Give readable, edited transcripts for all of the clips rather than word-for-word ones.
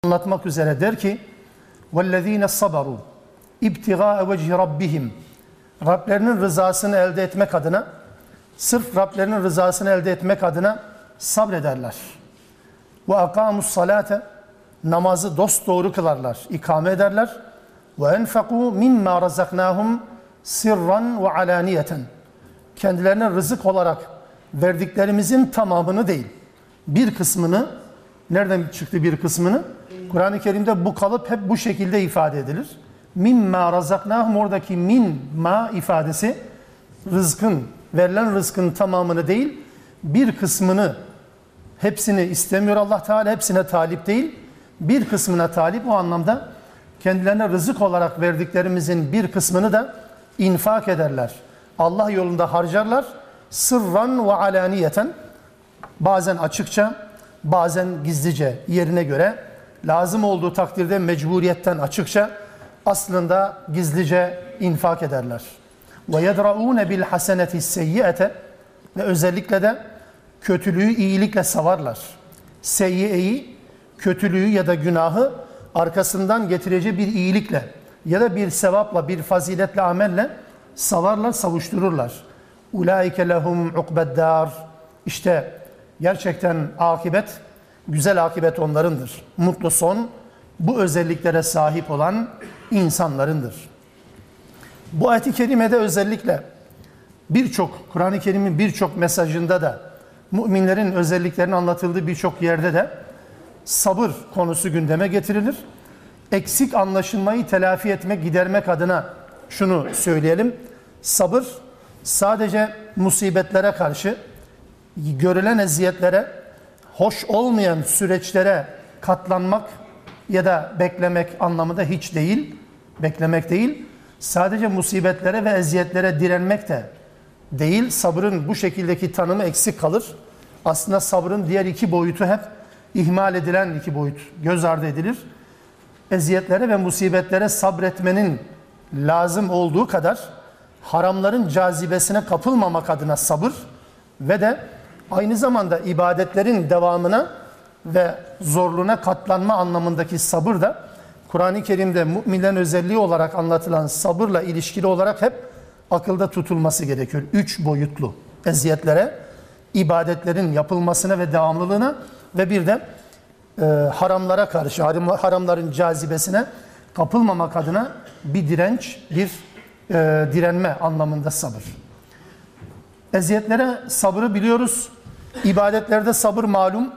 anlatmak üzere der ki وَالَّذ۪ينَ صَبَرُوا اِبْتِغَاءَ وَجْهِ رَبِّهِمْ Rablerinin rızasını elde etmek adına, sırf Rablerinin rızasını elde etmek adına sabrederler. وَاَقَامُوا الصَّلَاةَ Namazı dosdoğru kılarlar, ikame ederler. وَاَنْفَقُوا مِمَّا رَزَقْنَاهُمْ سِرًّا وَعَلَانِيَةً Kendilerine rızık olarak verdiklerimizin tamamını değil, bir kısmını, nereden çıktı bir kısmını? Kur'an-ı Kerim'de bu kalıp hep bu şekilde ifade edilir. Mimma razaknahum, oradaki min ma ifadesi rızkın, verilen rızkın tamamını değil, bir kısmını, hepsini istemiyor Allah Teala, hepsine talip değil, bir kısmına talip. O anlamda kendilerine rızık olarak verdiklerimizin bir kısmını da infak ederler. Allah yolunda harcarlar. Sırran ve alaniyeten, bazen açıkça, bazen gizlice, yerine göre, lazım olduğu takdirde mecburiyetten açıkça, aslında gizlice infak ederler. وَيَدْرَؤُونَ بِالْحَسَنَةِ السَّيِّئَةَ Ve özellikle de kötülüğü iyilikle savarlar. Seyyiyeyi, kötülüğü ya da günahı arkasından getireceği bir iyilikle ya da bir sevapla, bir faziletle, amelle savarlar, savuştururlar. Ulaike lehum ukbeddar. İşte gerçekten akibet, güzel akibet onlarındır. Mutlu son bu özelliklere sahip olan insanlarındır. Bu ayet-i kerimede özellikle birçok, Kur'an-ı Kerim'in birçok mesajında da müminlerin özelliklerinin anlatıldığı birçok yerde de sabır konusu gündeme getirilir. Eksik anlaşılmayı telafi etmek, gidermek adına şunu söyleyelim. Sabır sadece musibetlere karşı, görülen eziyetlere, hoş olmayan süreçlere katlanmak ya da beklemek anlamında hiç değil. Beklemek değil. Sadece musibetlere ve eziyetlere direnmek de değil. Sabrın bu şekildeki tanımı eksik kalır. Aslında sabrın diğer iki boyutu hep ihmal edilen iki boyut, göz ardı edilir. Eziyetlere ve musibetlere sabretmenin lazım olduğu kadar haramların cazibesine kapılmamak adına sabır ve de aynı zamanda ibadetlerin devamına ve zorluğuna katlanma anlamındaki sabır da Kur'an-ı Kerim'de müminlerin özelliği olarak anlatılan sabırla ilişkili olarak hep akılda tutulması gerekiyor. Üç boyutlu eziyetlere, ibadetlerin yapılmasına ve devamlılığına ve bir de haramlara karşı, haramların cazibesine kapılmamak adına bir direnç, bir direnme anlamında sabır. Eziyetlere sabrı biliyoruz. İbadetlerde sabır malum.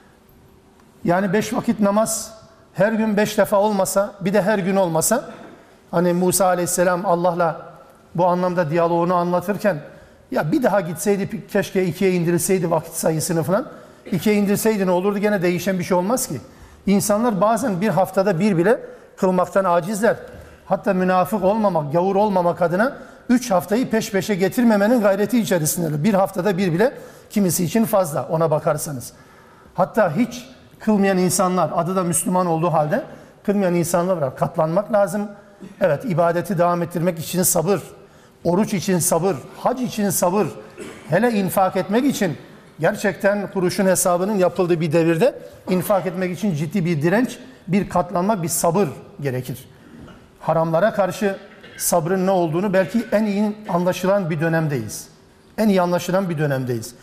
Yani 5 vakit namaz her gün 5 defa olmasa, bir de her gün olmasa, hani Musa Aleyhisselam Allah'la bu anlamda diyaloğunu anlatırken ya bir daha gitseydi keşke 2'ye indirilseydi vakit sayısını falan. 2'ye indirseydi ne olurdu? Gene değişen bir şey olmaz ki. İnsanlar bazen bir haftada bir bile kılmaktan acizler. Hatta münafık olmamak, gavur olmamak adına 3 haftayı peş peşe getirmemenin gayreti içerisindeler. Bir haftada bir bile kimisi için fazla ona bakarsanız. Hatta hiç kılmayan insanlar, adı da Müslüman olduğu halde kılmayan insanlar var. Katlanmak lazım. Evet, ibadeti devam ettirmek için sabır, oruç için sabır, hac için sabır, hele infak etmek için gerçekten kuruşun hesabının yapıldığı bir devirde infak etmek için ciddi bir direnç, bir katlanma, bir sabır gerekir. Haramlara karşı sabrın ne olduğunu belki en iyi anlaşılan bir dönemdeyiz. En iyi anlaşılan bir dönemdeyiz.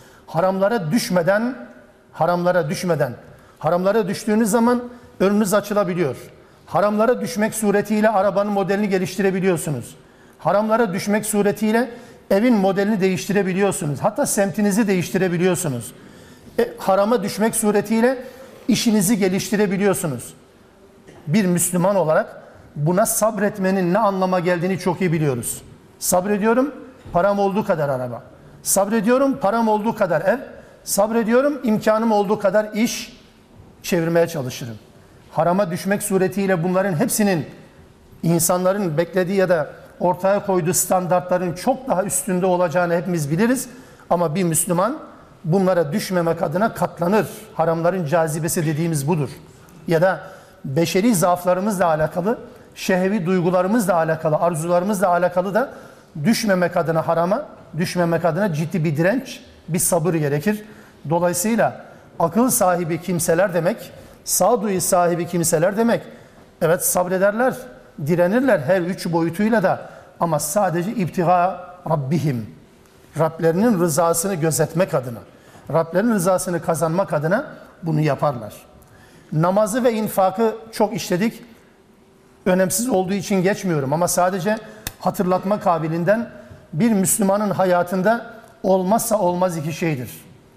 Haramlara düştüğünüz zaman önünüz açılabiliyor. Haramlara düşmek suretiyle arabanın modelini geliştirebiliyorsunuz. Haramlara düşmek suretiyle evin modelini değiştirebiliyorsunuz. Hatta semtinizi değiştirebiliyorsunuz. Harama düşmek suretiyle işinizi geliştirebiliyorsunuz. Bir Müslüman olarak buna sabretmenin ne anlama geldiğini çok iyi biliyoruz. Sabrediyorum, param olduğu kadar araba. Sabrediyorum, param olduğu kadar ev. Sabrediyorum, imkanım olduğu kadar iş çevirmeye çalışırım. Harama düşmek suretiyle bunların hepsinin insanların beklediği ya da ortaya koyduğu standartların çok daha üstünde olacağını hepimiz biliriz. Ama bir Müslüman bunlara düşmemek adına katlanır. Haramların cazibesi dediğimiz budur. Ya da beşeri zaaflarımızla alakalı, şehvi duygularımızla alakalı, arzularımızla alakalı da düşmemek adına harama, düşmemek adına ciddi bir direnç, bir sabır gerekir. Dolayısıyla akıl sahibi kimseler demek Sağduyu sahibi kimseler demek. Evet, sabrederler, direnirler her üç boyutuyla da, ama sadece ibtiga Rabbihim, Rablerinin rızasını gözetmek adına, Rablerinin rızasını kazanmak adına bunu yaparlar. Namazı ve infakı çok işledik. Önemsiz olduğu için geçmiyorum ama sadece hatırlatma kabiliğinden, bir Müslümanın hayatında olmazsa olmaz iki şeydir.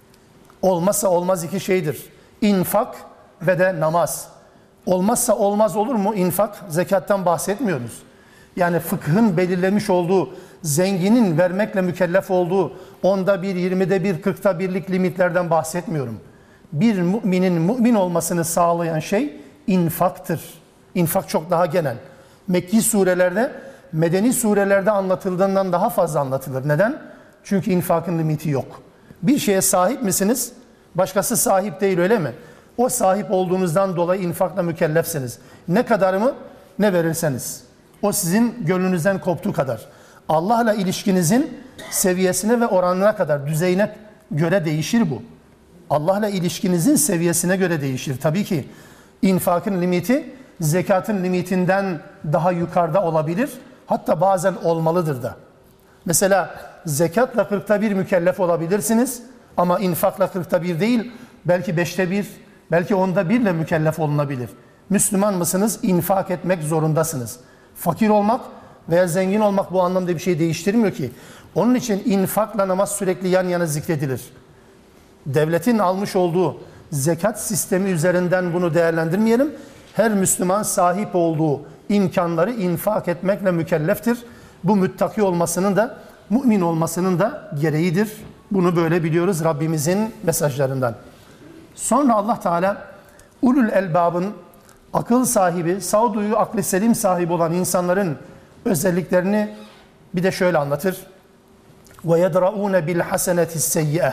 Olmazsa olmaz iki şeydir. İnfak ve de namaz. Olmazsa olmaz olur mu infak? Zekattan bahsetmiyoruz. Yani fıkhın belirlemiş olduğu, zenginin vermekle mükellef olduğu 10'da 1, 20'de 1, 40'ta 1'lik limitlerden bahsetmiyorum. Bir müminin mümin olmasını sağlayan şey infaktır. İnfak çok daha genel. Mekki surelerde, medeni surelerde anlatıldığından daha fazla anlatılır. Neden? Çünkü infakın limiti yok. Bir şeye sahip misiniz? Başkası sahip değil, öyle mi? O sahip olduğunuzdan dolayı infakla mükellefsiniz. Ne kadar mı? Ne verirseniz. O sizin gönlünüzden koptuğu kadar. Allah'la ilişkinizin seviyesine ve oranına kadar, düzeyine göre değişir bu. Allah'la ilişkinizin seviyesine göre değişir. Tabii ki infakın limiti zekatın limitinden daha yukarıda olabilir. Hatta bazen olmalıdır da. Mesela zekatla 40'ta 1 mükellef olabilirsiniz ama infakla 40'ta 1 değil, belki 5'te 1, belki 10'da 1 ile mükellef olunabilir. Müslüman mısınız? İnfak etmek zorundasınız. Fakir olmak veya zengin olmak bu anlamda bir şey değiştirmiyor ki. Onun için infakla namaz sürekli yan yana zikredilir. Devletin almış olduğu zekat sistemi üzerinden bunu değerlendirmeyelim. Her Müslüman sahip olduğu imkanları infak etmekle mükelleftir. Bu müttaki olmasının da, mümin olmasının da gereğidir. Bunu böyle biliyoruz Rabbimizin mesajlarından. Sonra Allah Teala ulul elbabın, akıl sahibi, sağduyu, aklı selim sahibi olan insanların özelliklerini bir de şöyle anlatır. وَيَدْرَؤُونَ بِالْحَسَنَةِ السَّيِّئَةِ.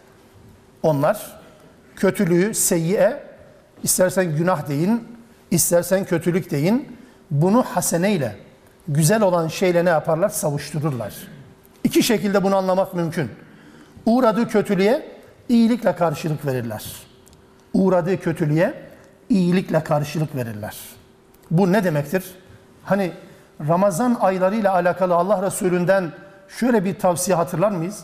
Onlar kötülüğü, seyyiye, istersen günah deyin, istersen kötülük deyin, bunu haseneyle, güzel olan şeyle ne yaparlar? Savuştururlar. İki şekilde bunu anlamak mümkün. Uğradığı kötülüğe iyilikle karşılık verirler. Uğradığı kötülüğe iyilikle karşılık verirler. Bu ne demektir? Hani Ramazan aylarıyla alakalı Allah Resulü'nden şöyle bir tavsiye hatırlar mıyız?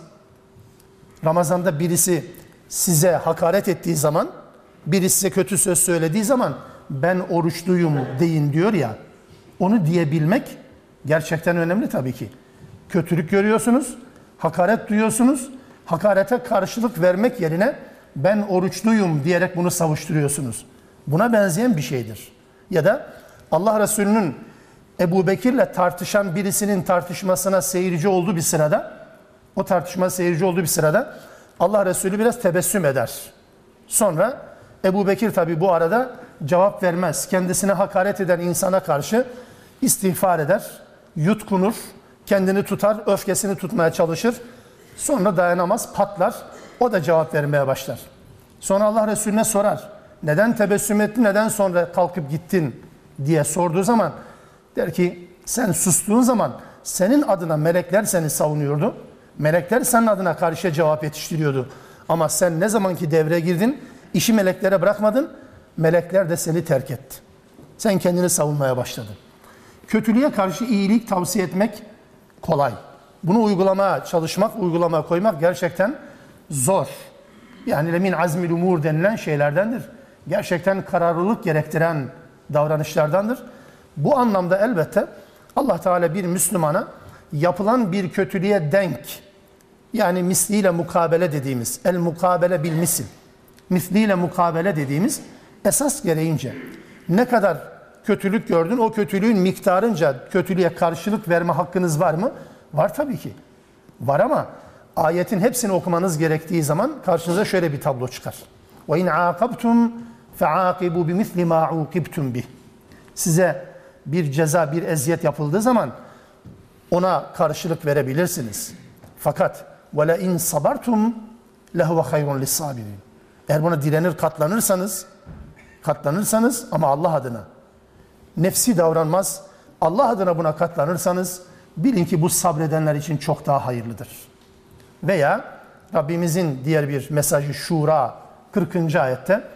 Ramazan'da birisi size hakaret ettiği zaman, birisi size kötü söz söylediği zaman ben oruçluyum deyin diyor ya, onu diyebilmek gerçekten önemli tabii ki. Kötülük görüyorsunuz, hakaret duyuyorsunuz, hakarete karşılık vermek yerine ben oruçluyum diyerek bunu savuşturuyorsunuz. Buna benzeyen bir şeydir. Ya da Allah Resulü'nün Ebu Bekir'le tartışan birisinin tartışmasına seyirci olduğu bir sırada, o tartışma seyirci olduğu bir sırada Allah Resulü biraz tebessüm eder. Sonra Ebu Bekir tabi bu arada cevap vermez. Kendisine hakaret eden insana karşı istiğfar eder, yutkunur, kendini tutar, öfkesini tutmaya çalışır. Sonra dayanamaz, patlar. O da cevap vermeye başlar. Sonra Allah Resulüne sorar. Neden tebessüm ettin, neden sonra kalkıp gittin diye sorduğu zaman der ki sen sustuğun zaman senin adına melekler seni savunuyordu. Melekler senin adına karşıya cevap yetiştiriyordu. Ama sen ne zamanki devreye girdin, işi meleklere bırakmadın, melekler de seni terk etti. Sen kendini savunmaya başladın. Kötülüğe karşı iyilik tavsiye etmek kolay. Bunu uygulamaya çalışmak, uygulamaya koymak gerçekten zor. Yani lemin azmil umur denilen şeylerdendir. Gerçekten kararlılık gerektiren davranışlardandır. Bu anlamda elbette Allah Teala bir Müslümana yapılan bir kötülüğe denk, yani misliyle mukabele dediğimiz, el mukabele bil misil, misliyle mukabele dediğimiz esas gereğince ne kadar kötülük gördün, o kötülüğün miktarınca kötülüğe karşılık verme hakkınız var mı? Var tabii ki. Var ama ayetin hepsini okumanız gerektiği zaman karşınıza şöyle bir tablo çıkar. وَاِنْ عَاقَبْتُمْ فَعَاقِبُوا بِمِثْلِ مَا عُوقِبْتُمْ بِهِ. Size bir ceza, bir eziyet yapıldığı zaman ona karşılık verebilirsiniz. Fakat وَلَاِنْ صَبَرْتُمْ لَهُوَ خَيْرٌ لِلصَّابِرِينَ. Eğer buna direnir, katlanırsanız ama Allah adına, nefsi davranmaz, Allah adına buna katlanırsanız bilin ki bu sabredenler için çok daha hayırlıdır. Veya Rabbimizin diğer bir mesajı Şura 40. ayette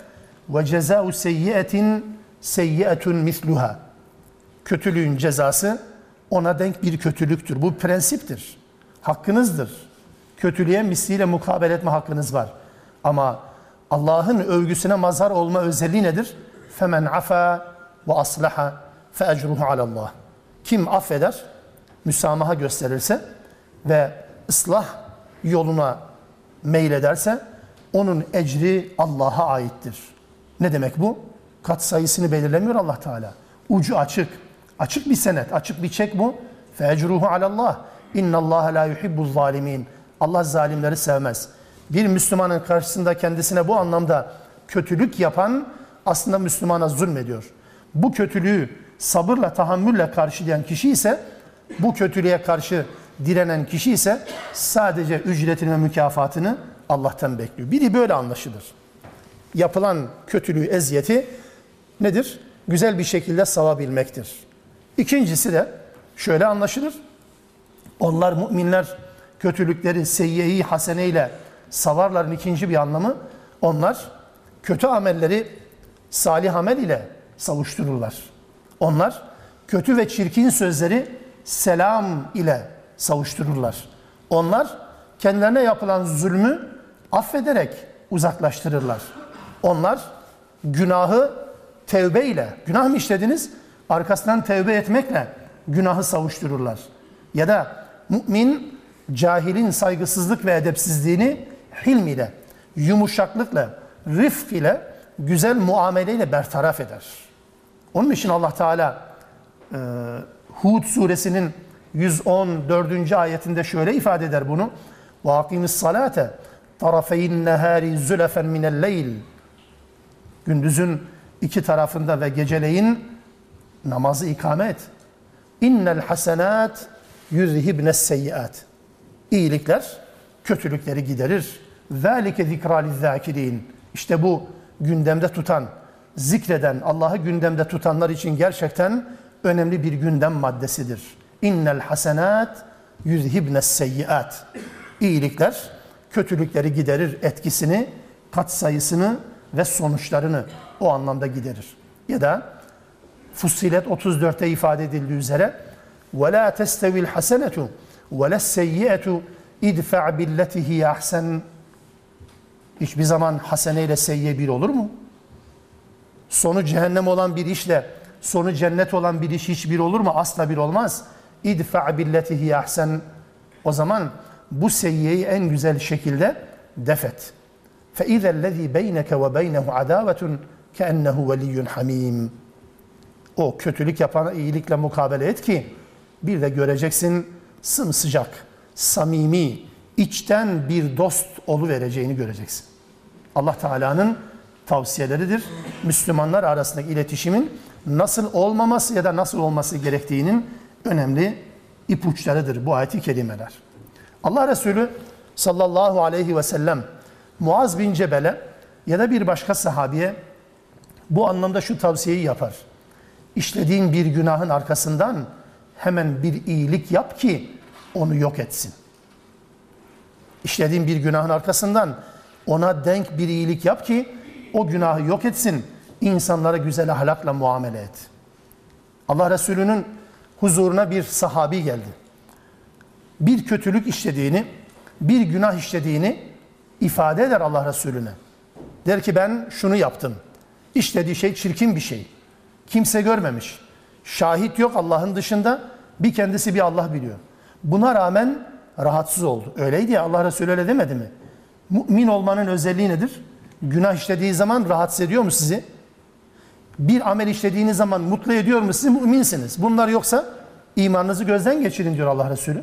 Ve cezâ'u seyyiyetin seyyiyetun misluha. Kötülüğün cezası ona denk bir kötülüktür. Bu prensiptir. Hakkınızdır. Kötülüğe misliyle mukabele etme hakkınız var. Ama Allah'ın övgüsüne mazhar olma özelliği nedir? فَمَنْ عَفَى وَأَصْلَحَ فَاَجْرُهُ عَلَى اللّٰهِ. Kim affeder, müsamaha gösterirse ve ıslah yoluna meylederse onun ecri Allah'a aittir. Ne demek bu? Kat sayısını belirlemiyor Allah Teala. Ucu açık. Açık bir senet, açık bir çek bu. فَاَجْرُهُ عَلَى اللّٰهِ اِنَّ اللّٰهَ لَا يُحِبُّ الظَّالِمِينَ. Allah zalimleri sevmez. Bir Müslümanın karşısında kendisine bu anlamda kötülük yapan aslında Müslümana zulmediyor. Bu kötülüğü sabırla, tahammülle karşılayan kişi ise, bu kötülüğe karşı direnen kişi ise sadece ücretini ve mükafatını Allah'tan bekliyor. Biri böyle anlaşılır. Yapılan kötülüğü, eziyeti nedir? Güzel bir şekilde savabilmektir. İkincisi de şöyle anlaşılır. Onlar müminler kötülükleri seyyiyeyi haseneyle savarların ikinci bir anlamı, onlar kötü amelleri salih amel ile savuştururlar. Onlar kötü ve çirkin sözleri selam ile savuştururlar. Onlar kendilerine yapılan zulmü affederek uzaklaştırırlar. Onlar günahı tevbe ile, günah mı işlediniz? Arkasından tevbe etmekle günahı savuştururlar. Ya da mümin cahilin saygısızlık ve edepsizliğini hilm ile, yumuşaklıkla, rifk ile, güzel muameleyle bertaraf eder. Onun için Allah Teala Hud suresinin 114. ayetinde şöyle ifade eder bunu. وَاقِمِ الصَّلَاةَ طَرَفَيِ النَّهَارِ زُلَفًا مِنَ اللَّيْلِ. Gündüzün iki tarafında ve geceleyin namazı ikame et. اِنَّ الْحَسَنَاتِ يُذْهِبْنَ السَّيِّئَاتِ. İyilikler kötülükleri giderir. ذَٰلِكَ ذِكْرَى لِلذَّاكِرِينَ. İşte bu gündemde tutan, zikreden, Allah'ı gündemde tutanlar için gerçekten önemli bir gündem maddesidir. İnnel hasenat yuzhibnes seyyiat. İyilikler kötülükleri giderir, etkisini, kat sayısını ve sonuçlarını o anlamda giderir. Ya da Fussilet 34'te ifade edildiği üzere وَلَا تَسْتَوِي الْحَسَنَةُ وَلَا السَّيِّئَةُ اِدْفَعْ بِالَّتِهِ يَحْسَنُ. Hiçbir zaman hasene ile seyyiye bir olur mu? Sonu cehennem olan bir işle sonu cennet olan bir iş hiçbir olur mu? Asla bir olmaz. İdfa billetihi ahsen. O zaman bu seyyiyeyi en güzel şekilde defet. Fe izellezî beyneke ve beynehu adâvetun keennehu veliyyun hamîm. O kötülük yapana iyilikle mukabele et ki bir de göreceksin sımsıcak, samimi, içten bir dost oluvereceğini göreceksin. Allah Teala'nın tavsiyeleridir. Müslümanlar arasındaki iletişimin nasıl olmaması ya da nasıl olması gerektiğinin önemli ipuçlarıdır bu ayet-i kerimeler. Allah Resulü sallallahu aleyhi ve sellem Muaz bin Cebel'e ya da bir başka sahabiye bu anlamda şu tavsiyeyi yapar. İşlediğin bir günahın arkasından hemen bir iyilik yap ki onu yok etsin. İşlediğin bir günahın arkasından ona denk bir iyilik yap ki o günahı yok etsin. İnsanlara güzel ahlakla muamele et. Allah Resulü'nün huzuruna bir sahabi geldi. Bir kötülük işlediğini, bir günah işlediğini ifade eder Allah Resulüne. Der ki ben şunu yaptım. İşlediği şey çirkin bir şey. Kimse görmemiş. Şahit yok Allah'ın dışında. Bir kendisi bir Allah biliyor. Buna rağmen rahatsız oldu. Öyleydi ya, Allah Resulü öyle demedi mi? Mümin olmanın özelliği nedir? Günah işlediği zaman rahatsız ediyor mu sizi? Bir amel işlediğiniz zaman mutlu ediyor mu sizi? Müminsiniz. Bunlar yoksa imanınızı gözden geçirin diyor Allah Resulü.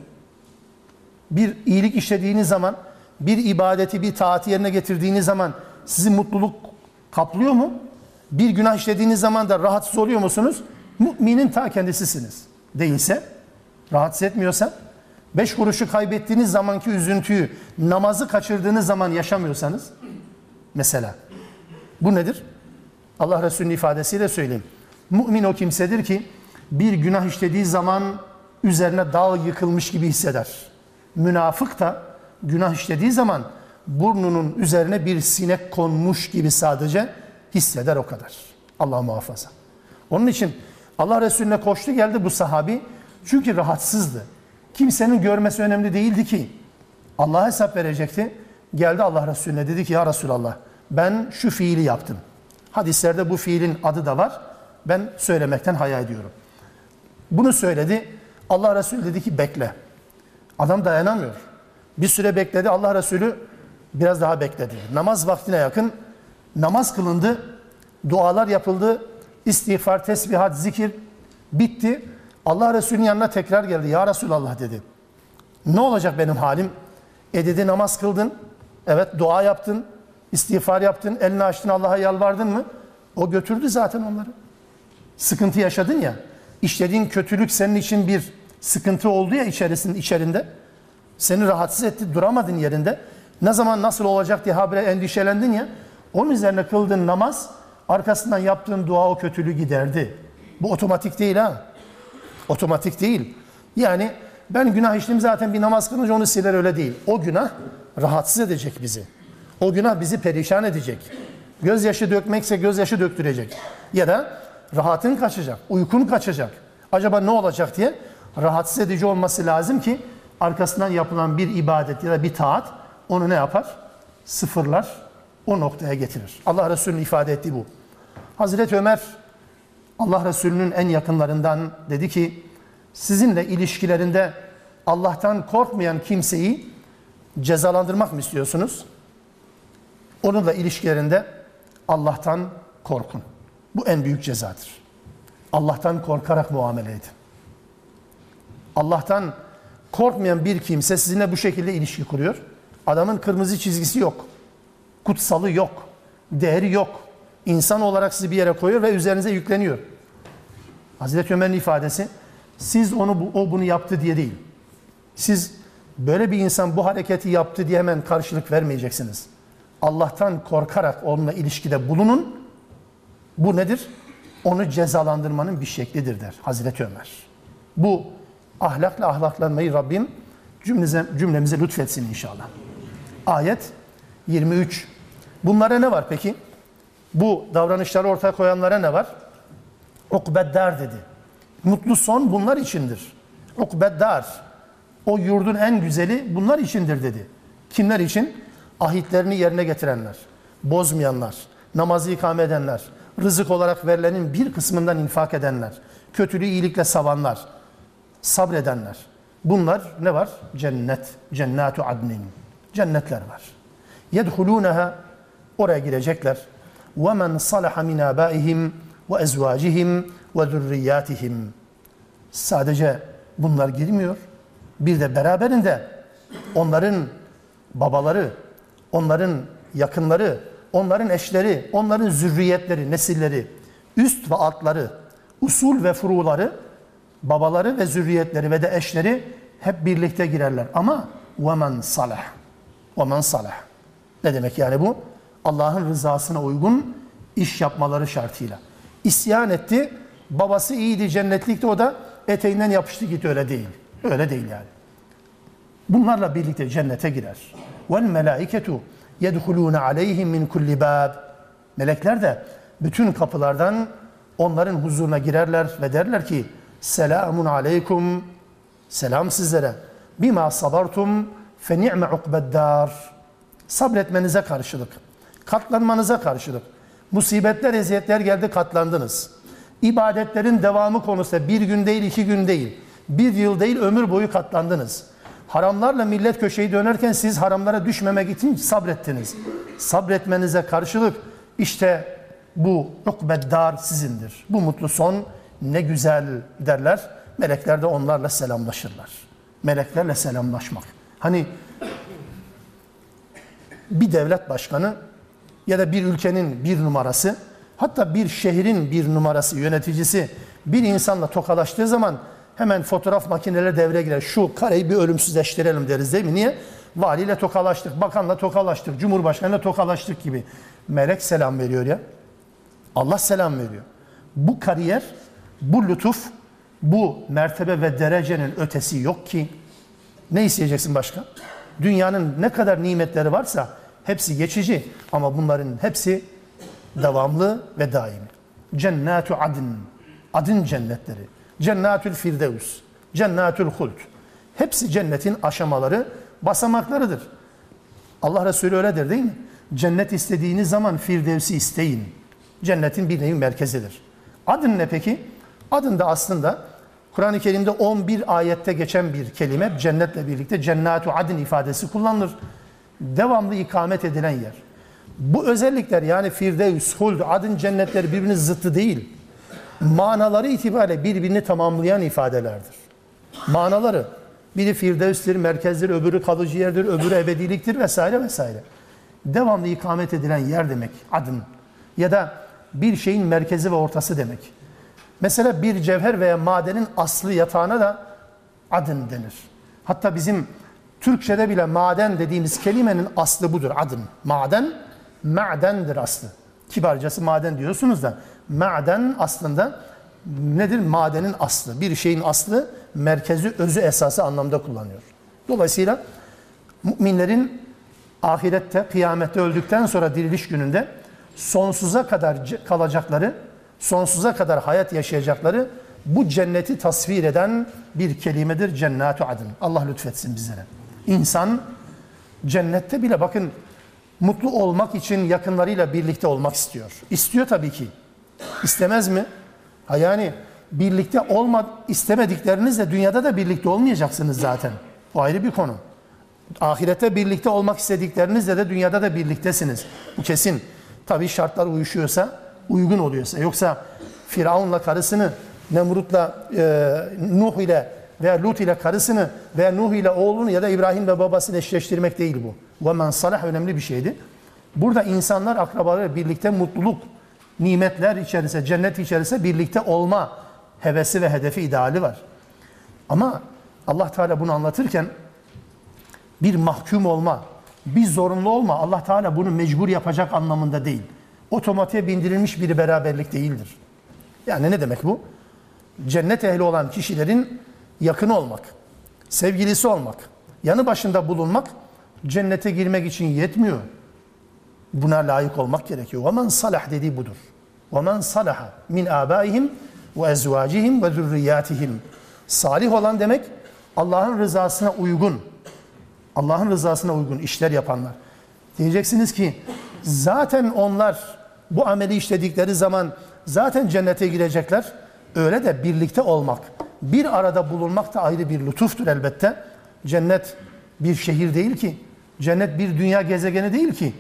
Bir iyilik işlediğiniz zaman, bir ibadeti, bir taati yerine getirdiğiniz zaman sizi mutluluk kaplıyor mu? Bir günah işlediğiniz zaman da rahatsız oluyor musunuz? Müminin ta kendisisiniz. Değilse, rahatsız etmiyorsa, 5 kuruşu kaybettiğiniz zamanki üzüntüyü, namazı kaçırdığınız zaman yaşamıyorsanız, mesela, bu nedir? Allah Resulü'nün ifadesiyle söyleyeyim. Mümin o kimsedir ki, bir günah işlediği zaman üzerine dağ yıkılmış gibi hisseder. Münafık da günah işlediği zaman burnunun üzerine bir sinek konmuş gibi sadece hisseder o kadar. Allah muhafaza. Onun için Allah Resulüne koştu geldi bu sahabi. Çünkü rahatsızdı. Kimsenin görmesi önemli değildi ki. Allah'a hesap verecekti. Geldi Allah Resulüne dedi ki ya Resulallah ben şu fiili yaptım. Hadislerde bu fiilin adı da var. Ben söylemekten haya ediyorum. Bunu söyledi. Allah Resulü dedi ki bekle. Adam dayanamıyor. Bir süre bekledi. Allah Resulü biraz daha bekledi. Namaz vaktine yakın namaz kılındı. Dualar yapıldı. İstiğfar, tesbihat, zikir bitti. Allah Resulü'nün yanına tekrar geldi. Ya Resulallah dedi. Ne olacak benim halim? Dedi namaz kıldın. Evet dua yaptın. İstiğfar yaptın. Elini açtın Allah'a yalvardın mı? O götürdü zaten onları. Sıkıntı yaşadın ya. İşlediğin kötülük senin için bir sıkıntı oldu ya içerinde. Seni rahatsız etti. Duramadın yerinde. Ne zaman nasıl olacak diye habire endişelendin ya. Onun üzerine kıldığın namaz arkasından yaptığın dua o kötülüğü giderdi. Bu otomatik değil ha. Otomatik değil. Yani ben günah işledim zaten bir namaz kılınca onu siler öyle değil. O günah rahatsız edecek bizi. O günah bizi perişan edecek. Gözyaşı dökmekse gözyaşı döktürecek. Ya da rahatın kaçacak, uykun kaçacak. Acaba ne olacak diye rahatsız edici olması lazım ki arkasından yapılan bir ibadet ya da bir taat onu ne yapar? Sıfırlar, o noktaya getirir. Allah Resulü'nün ifade ettiği bu. Hazreti Ömer Allah Resulü'nün en yakınlarından dedi ki sizinle ilişkilerinde Allah'tan korkmayan kimseyi cezalandırmak mı istiyorsunuz? Onunla ilişkilerinde Allah'tan korkun. Bu en büyük cezadır. Allah'tan korkarak muamele edin. Allah'tan korkmayan bir kimse sizinle bu şekilde ilişki kuruyor. Adamın kırmızı çizgisi yok. Kutsalı yok. Değeri yok. İnsan olarak sizi bir yere koyuyor ve üzerinize yükleniyor. Hazreti Ömer'in ifadesi, siz o bunu yaptı diye değil. Siz böyle bir insan bu hareketi yaptı diye hemen karşılık vermeyeceksiniz. Allah'tan korkarak onunla ilişkide bulunun. Bu nedir? Onu cezalandırmanın bir şeklidir der Hazreti Ömer. Bu ahlakla ahlaklanmayı Rabbim cümlemize lütfetsin inşallah. Ayet 23. Bunlara ne var peki? Bu davranışları ortaya koyanlara ne var? Ukbeddar dedi. Mutlu son bunlar içindir. Ukbeddar. O yurdun en güzeli bunlar içindir dedi. Kimler için? Ahitlerini yerine getirenler, bozmayanlar, namazı ikame edenler, rızık olarak verilenin bir kısmından infak edenler, kötülüğü iyilikle savanlar, sabredenler. Bunlar ne var? Cennet, cennatu adnin. Cennetler var. Yedhulûneha, oraya girecekler. وَمَنْ صَلَحَ مِنْ آبَائِهِمْ وَاَزْوَاجِهِمْ وَذُرِّيَّاتِهِمْ. Sadece bunlar girmiyor. Bir de beraberinde onların babaları, onların yakınları, onların eşleri, onların zürriyetleri, nesilleri, üst ve altları, usul ve furuları, babaları ve zürriyetleri ve de eşleri hep birlikte girerler. Ama وَمَنْ صَلَحَ. وَمَنْ صَلَحَ. Ne demek yani bu? Allah'ın rızasına uygun iş yapmaları şartıyla. İsyan etti, babası iyiydi, cennetlikti, o da eteğinden yapıştı gitti, öyle değil. Öyle değil yani. Bunlarla birlikte cennete girer. وَالْمَلَائِكَةُ يَدْخُلُونَ عَلَيْهِمْ مِنْ كُلِّ بَابٍ. Melekler de bütün kapılardan onların huzuruna girerler ve derler ki selamun aleykum, selam sizlere, bima sabartum fe ni'me ukbeddar. Sabretmenize karşılık, katlanmanıza karşılık. Musibetler, eziyetler geldi, katlandınız. İbadetlerin devamı konusunda bir gün değil, 2 gün değil, 1 yıl değil, ömür boyu katlandınız. Haramlarla millet köşeyi dönerken siz haramlara düşmemek için sabrettiniz. Sabretmenize karşılık işte bu ukbeddar sizindir. Bu mutlu son ne güzel derler. Melekler de onlarla selamlaşırlar. Meleklerle selamlaşmak. Hani bir devlet başkanı ya da bir ülkenin bir numarası, hatta bir şehrin bir numarası, yöneticisi bir insanla tokalaştığı zaman hemen fotoğraf makineleri devreye girer. Şu kareyi bir ölümsüzleştirelim deriz değil mi? Niye? Valiyle tokalaştık, bakanla tokalaştık, cumhurbaşkanıyla tokalaştık gibi. Melek selam veriyor ya. Allah selam veriyor. Bu kariyer, bu lütuf, bu mertebe ve derecenin ötesi yok ki. Ne isteyeceksin başka? Dünyanın ne kadar nimetleri varsa hepsi geçici ama bunların hepsi Devamlı ve daimi. Cennatu adn. Adın cennetleri. Cennatül firdevs. Cennatül huld. Hepsi cennetin aşamaları, basamaklarıdır. Allah Resulü öyledir değil mi? Cennet istediğiniz zaman firdevsi isteyin. Cennetin bir nevi merkezidir. Adın ne peki? Adın da aslında Kur'an-ı Kerim'de 11 ayette geçen bir kelime. Cennetle birlikte cennatu adın ifadesi kullanılır. Devamlı ikamet edilen yer. Bu özellikler yani firdevs, huld, adın cennetleri birbirinin zıttı değil. Manaları itibariyle birbirini tamamlayan ifadelerdir. Manaları, biri firdevstir, merkezdir, öbürü kalıcı yerdir, öbürü ebediliktir vesaire vesaire. Devamlı ikamet edilen yer demek adın. Ya da bir şeyin merkezi ve ortası demek. Mesela bir cevher veya madenin aslı yatağına da adın denir. Hatta bizim Türkçe'de bile maden dediğimiz kelimenin aslı budur, adın. Maden, ma'dendir aslı. Kibarcası maden diyorsunuz da maden aslında nedir? Madenin aslı. Bir şeyin aslı, merkezi, özü, esası anlamda kullanıyor. Dolayısıyla müminlerin ahirette, kıyamette öldükten sonra diriliş gününde sonsuza kadar kalacakları, sonsuza kadar hayat yaşayacakları bu cenneti tasvir eden bir kelimedir. Cennatu adın. Allah lütfetsin bizlere. İnsan cennette bile bakın mutlu olmak için yakınlarıyla birlikte olmak istiyor. İstiyor tabii ki. İstemez mi? Ha yani birlikte istemediklerinizle dünyada da birlikte olmayacaksınız zaten. O ayrı bir konu. Ahirette birlikte olmak istediklerinizle de dünyada da birliktesiniz. Bu kesin. Tabii şartlar uyuşuyorsa, uygun oluyorsa. Yoksa Firavun'la karısını, Nemrut'la, Nuh ile veya Lut ile karısını veya Nuh ile oğlunu ya da İbrahim ile babasını eşleştirmek değil bu. وَمَنْ صَلَحْ önemli bir şeydi. Burada insanlar akrabalarıyla birlikte mutluluk, nimetler içerisinde, cennet içerisinde birlikte olma hevesi ve hedefi, ideali var. Ama Allah Teala bunu anlatırken bir mahkum olma, bir zorunlu olma, Allah Teala bunu mecbur yapacak anlamında değil. Otomatiğe bindirilmiş bir beraberlik değildir. Yani ne demek bu? Cennet ehli olan kişilerin yakını olmak, sevgilisi olmak, yanı başında bulunmak cennete girmek için yetmiyor. Buna layık olmak gerekiyor. وَمَنْ صَلَحْ dediği budur. وَمَنْ صَلَحَ مِنْ آبَائِهِمْ وَاَزْوَاجِهِمْ وَذُرِّيَّاتِهِمْ Salih olan demek Allah'ın rızasına uygun, Allah'ın rızasına uygun işler yapanlar. Diyeceksiniz ki zaten onlar bu ameli işledikleri zaman zaten cennete girecekler. Öyle de birlikte olmak, bir arada bulunmak da ayrı bir lütuftur elbette. Cennet bir şehir değil ki, cennet bir dünya gezegeni değil ki.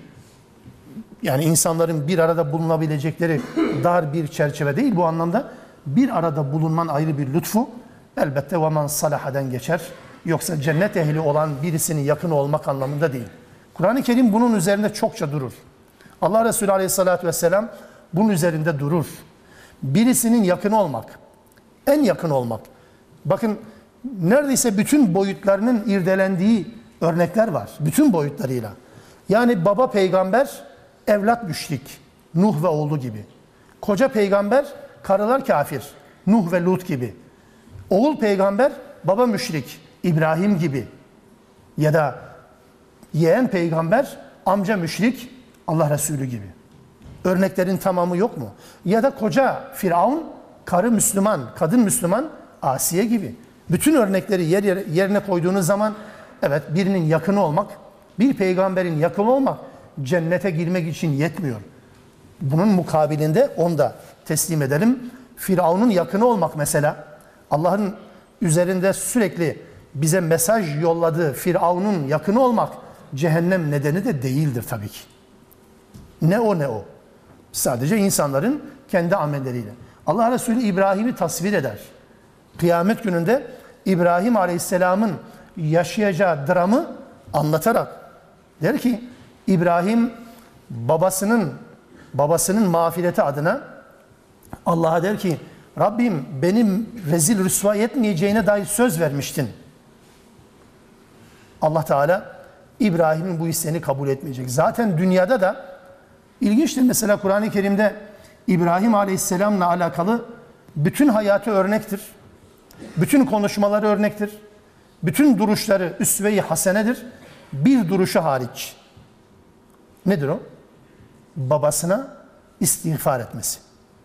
Yani insanların bir arada bulunabilecekleri dar bir çerçeve değil bu anlamda. Bir arada bulunman ayrı bir lütfu. Elbette وَمَنْ صَلَحَ'den geçer. Yoksa cennet ehli olan birisinin yakın olmak anlamında değil. Kur'an-ı Kerim bunun üzerinde çokça durur. Allah Resulü Aleyhisselatü Vesselam bunun üzerinde durur. Birisinin yakın olmak, en yakın olmak. Bakın neredeyse bütün boyutlarının irdelendiği örnekler var. Bütün boyutlarıyla. Yani baba peygamber, evlat müşrik. Nuh ve oğlu gibi. Koca peygamber, karılar kafir. Nuh ve Lut gibi. Oğul peygamber, baba müşrik. İbrahim gibi. Ya da yeğen peygamber, amca müşrik. Allah Resulü gibi. Örneklerin tamamı yok mu? Ya da koca Firavun, karı Müslüman, kadın Müslüman, Asiye gibi. Bütün örnekleri yerine koyduğunuz zaman evet birinin yakını olmak, bir peygamberin yakını olmak cennete girmek için yetmiyor. Bunun mukabilinde onu da teslim edelim. Firavun'un yakını olmak mesela, Allah'ın üzerinde sürekli bize mesaj yolladığı Firavun'un yakını olmak cehennem nedeni de değildir tabii ki. Ne o ne o. Sadece insanların kendi amelleriyle. Allah Resulü İbrahim'i tasvir eder. Kıyamet gününde İbrahim Aleyhisselam'ın yaşayacağı dramı anlatarak der ki İbrahim babasının mağfireti adına Allah'a der ki Rabbim benim rezil rüsva etmeyeceğine dair söz vermiştin. Allah Teala İbrahim'in bu isteğini kabul etmeyecek. Zaten dünyada da ilginçtir mesela Kur'an-ı Kerim'de İbrahim Aleyhisselam'la alakalı bütün hayatı örnektir. Bütün konuşmaları örnektir. Bütün duruşları üsve-i hasenedir. Bir duruşu hariç. Nedir o? Babasına istiğfar etmesi.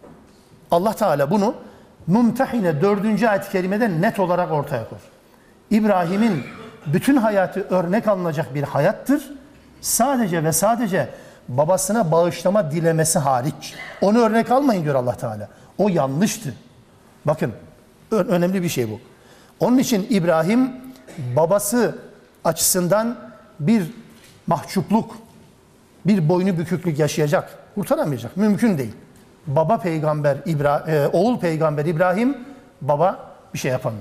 Allah Teala bunu Mümtehine 4. ayet-i kerimede net olarak ortaya koyar. İbrahim'in bütün hayatı örnek alınacak bir hayattır. Sadece ve sadece babasına bağışlama dilemesi hariç. Onu örnek almayın diyor Allah Teala. O yanlıştı. Bakın önemli bir şey bu. Onun için İbrahim babası açısından bir mahcupluk, bir boynu büküklük yaşayacak. Kurtaramayacak. Mümkün değil. Baba peygamber oğul peygamber İbrahim baba bir şey yapamıyor.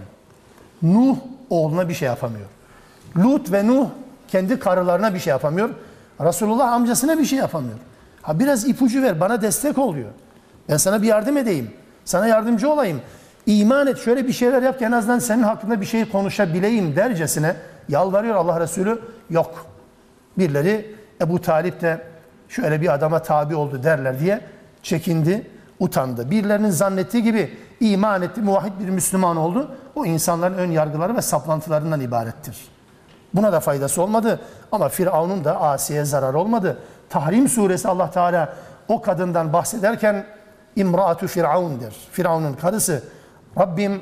Nuh oğluna bir şey yapamıyor. Lut ve Nuh kendi karılarına bir şey yapamıyor. Resulullah amcasına bir şey yapamıyor. Ha biraz ipucu ver, bana destek ol diyor. Ben sana bir yardım edeyim. Sana yardımcı olayım. İman et, şöyle bir şeyler yap ki en azından senin hakkında bir şey konuşabileyim dercesine yalvarıyor Allah Resulü. Yok. Birileri Ebu Talip de şöyle bir adama tabi oldu derler diye çekindi, utandı. Birilerinin zannettiği gibi iman etti, muvahhid bir Müslüman oldu. O insanların ön yargıları ve saplantılarından ibarettir. Buna da faydası olmadı ama Firavun'un da Asiye'ye zarar olmadı. Tahrim suresi Allah Teala o kadından bahsederken İmraatu Firavun der. Firavun'un karısı, Rabbim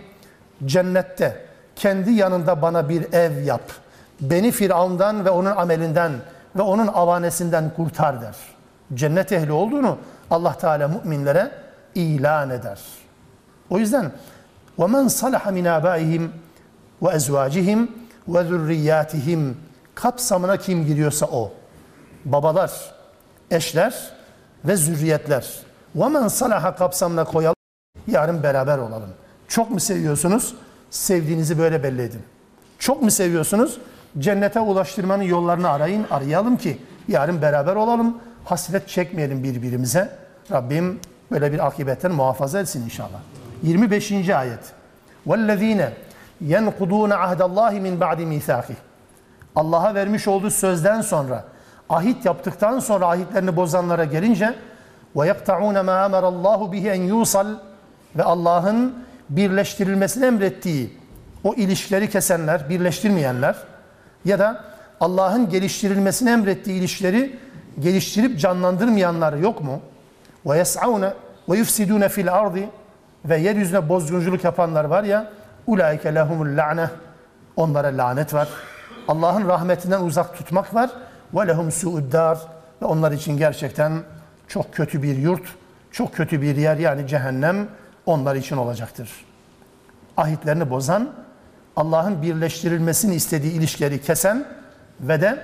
cennette kendi yanında bana bir ev yap. Beni Firavun'dan ve onun amelinden ve onun avanesinden kurtar der. Cennet ehli olduğunu Allah Teala müminlere ilan eder. O yüzden وَمَنْ صَلَحَ مِنْ آبَائِهِمْ وَاَزْوَاجِهِمْ وَذُرِّيَّاتِهِمْ kapsamına kim giriyorsa o. Babalar, eşler ve zürriyetler. وَمَنْ صَلَحَ kapsamına koyalım. Yarın beraber olalım. Çok mu seviyorsunuz? Sevdiğinizi böyle belli edin. Çok mu seviyorsunuz? Cennete ulaştırmanın yollarını arayalım ki yarın beraber olalım. Hasret çekmeyelim birbirimize. Rabbim böyle bir akibetten muhafaza etsin inşallah. 25. ayet. وَالَّذ۪ينَ يَنْقُضُونَ عَهْدَ اللّٰهِ مِنْ بَعْدِ مِيثَاقِهِ Allah'a vermiş olduğu sözden sonra, ahit yaptıktan sonra ahitlerini bozanlara gelince وَيَقْتَعُونَ مَا أَمَرَ اللّٰهُ بِهِ اَنْ يُوصَلْ ve Allah'ın birleştirilmesini emrettiği o ilişkileri kesenler, birleştirmeyenler ya da Allah'ın geliştirilmesini emrettiği ilişkileri geliştirip canlandırmayanlar yok mu? وَيَسْعَوْنَ وَيُفْسِدُونَ فِي الْأَرْضِ ve yeryüzüne bozgunculuk yapanlar var ya, اُولَٰئِكَ لَهُمُ اللَّعْنَةِ onlara lanet var. Allah'ın rahmetinden uzak tutmak var. وَلَهُمْ سُوءُ الدَّارِ ve onlar için gerçekten çok kötü bir yurt, çok kötü bir yer, yani cehennem onlar için olacaktır. Ahitlerini bozan, Allah'ın birleştirilmesini istediği ilişkileri kesen ve de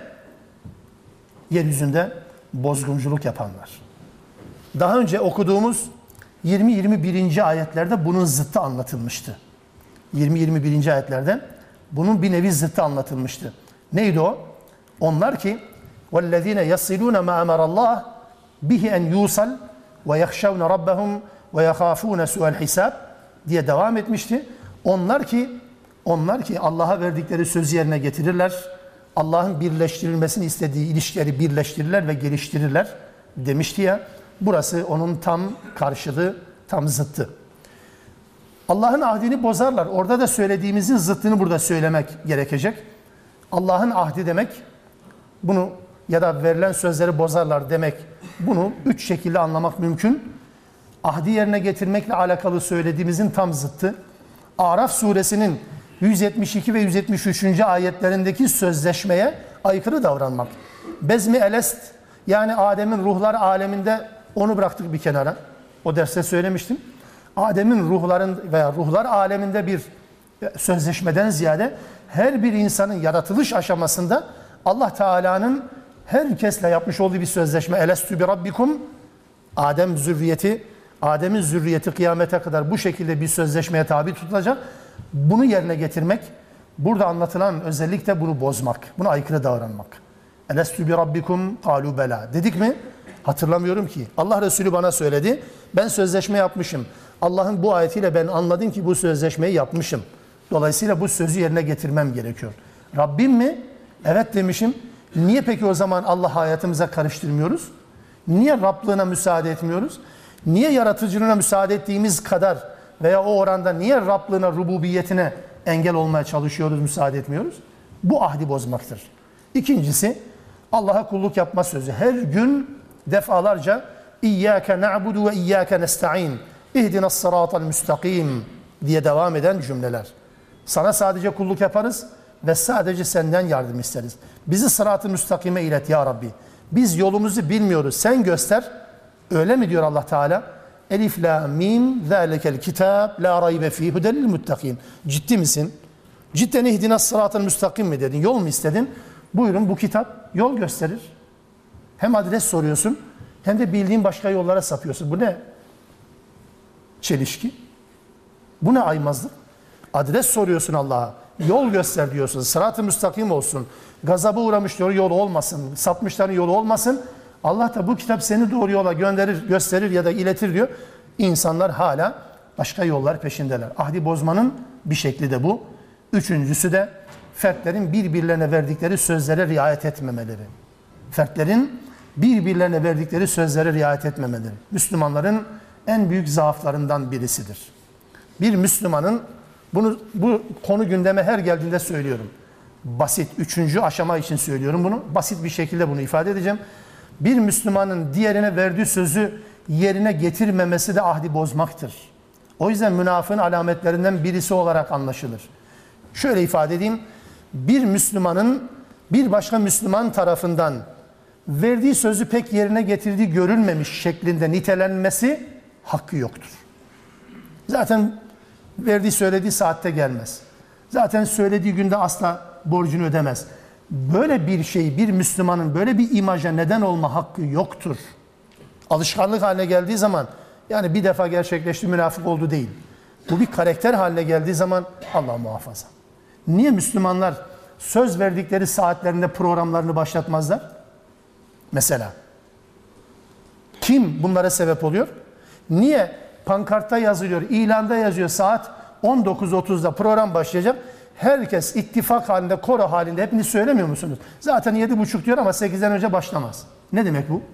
yeryüzünde bozgunculuk yapanlar. Daha önce okuduğumuz 20-21. ayetlerde bunun zıttı anlatılmıştı. 20-21. ayetlerde bunun bir nevi zıttı anlatılmıştı. Neydi o? Onlar ki وَالَّذ۪ينَ يَصِلُونَ مَا أَمَرَ اللّٰهِ بِهِ اَنْ يُوصَلْ وَيَخْشَوْنَ رَبَّهُمْ وَيَخَافُونَ سُوءَ الْحِسَابِ diye devam etmişti. Onlar ki Allah'a verdikleri sözü yerine getirirler. Allah'ın birleştirilmesini istediği ilişkileri birleştirirler ve geliştirirler demişti ya. Burası onun tam karşılığı, tam zıttı. Allah'ın ahdini bozarlar. Orada da söylediğimizin zıttını burada söylemek gerekecek. Allah'ın ahdi demek, bunu ya da verilen sözleri bozarlar demek, bunu 3 şekilde anlamak mümkün. Ahdi yerine getirmekle alakalı söylediğimizin tam zıttı. Araf suresinin 172 ve 173. ayetlerindeki sözleşmeye aykırı davranmak. Bezmi elest, yani Adem'in ruhlar aleminde, onu bıraktık bir kenara. O derste söylemiştim. Adem'in ruhlar aleminde bir sözleşmeden ziyade her bir insanın yaratılış aşamasında Allah Teala'nın herkesle yapmış olduğu bir sözleşme. Elestü bi rabbikum, Adem'in zürriyeti kıyamete kadar bu şekilde bir sözleşmeye tabi tutulacak. Bunu yerine getirmek, burada anlatılan özellikle bunu bozmak, buna aykırı davranmak. Elestü bi rabbikum kalu bela dedik mi? Hatırlamıyorum ki. Allah Resulü bana söyledi. Ben sözleşme yapmışım. Allah'ın bu ayetiyle ben anladım ki bu sözleşmeyi yapmışım. Dolayısıyla bu sözü yerine getirmem gerekiyor. Rabbim mi? Evet demişim. Niye peki o zaman Allah hayatımıza karıştırmıyoruz? Niye Rablığına müsaade etmiyoruz? Niye yaratıcılığına müsaade ettiğimiz kadar veya o oranda niye Rablığına, rububiyetine engel olmaya çalışıyoruz, müsaade etmiyoruz? Bu ahdi bozmaktır. İkincisi, Allah'a kulluk yapma sözü. Her gün defalarca İyyâke na'budu ve iyyâke nesta'in. İhdinas sıratal müstakim diye devam eden cümleler. Sana sadece kulluk yaparız ve sadece senden yardım isteriz. Bizi sırat-ı müstakime ilet ya Rabbi. Biz yolumuzu bilmiyoruz. Sen göster. Öyle mi diyor Allah Teala? Elif la mim zâlikel kitâb la raybe fî hudelil muttakin. Ciddi misin? Cidden ihdinas sıratal müstakim mi dedin? Yol mu istedin? Buyurun, bu kitap yol gösterir. Hem adres soruyorsun hem de bildiğin başka yollara sapıyorsun. Bu ne çelişki? Bu ne aymazlık? Adres soruyorsun Allah'a. Yol göster diyorsun. Sırat-ı müstakim olsun. Gazaba uğramış diyor, yolu olmasın. Sapmışların yolu olmasın. Allah da bu kitap seni doğru yola gönderir, gösterir ya da iletir diyor. İnsanlar hala başka yollar peşindeler. Ahdi bozmanın bir şekli de bu. Üçüncüsü de fertlerin birbirlerine verdikleri sözlere riayet etmemeleri. Fertlerin birbirlerine verdikleri sözlere riayet etmemeleri. Müslümanların en büyük zaaflarından birisidir. Bir Müslümanın, bu konu gündeme her geldiğinde söylüyorum. Basit, üçüncü aşama için söylüyorum bunu. Basit bir şekilde bunu ifade edeceğim. Bir Müslümanın diğerine verdiği sözü yerine getirmemesi de ahdi bozmaktır. O yüzden münafığın alametlerinden birisi olarak anlaşılır. Şöyle ifade edeyim. Bir Müslümanın bir başka Müslüman tarafından verdiği sözü pek yerine getirdiği görülmemiş şeklinde nitelenmesi hakkı yoktur. Zaten söylediği saatte gelmez. Zaten söylediği günde asla borcunu ödemez. Böyle bir şey, bir Müslümanın böyle bir imaja neden olma hakkı yoktur. Alışkanlık haline geldiği zaman, yani bir defa gerçekleşti, münafık oldu değil. Bu bir karakter haline geldiği zaman Allah muhafaza. Niye Müslümanlar söz verdikleri saatlerinde programlarını başlatmazlar? Mesela. Kim bunlara sebep oluyor? Niye pankartta yazılıyor, ilanda yazıyor, saat 19.30'da program başlayacak? Herkes ittifak halinde, koro halinde, hepiniz söylemiyor musunuz? Zaten 7.30 diyor ama 8'den önce başlamaz. Ne demek bu?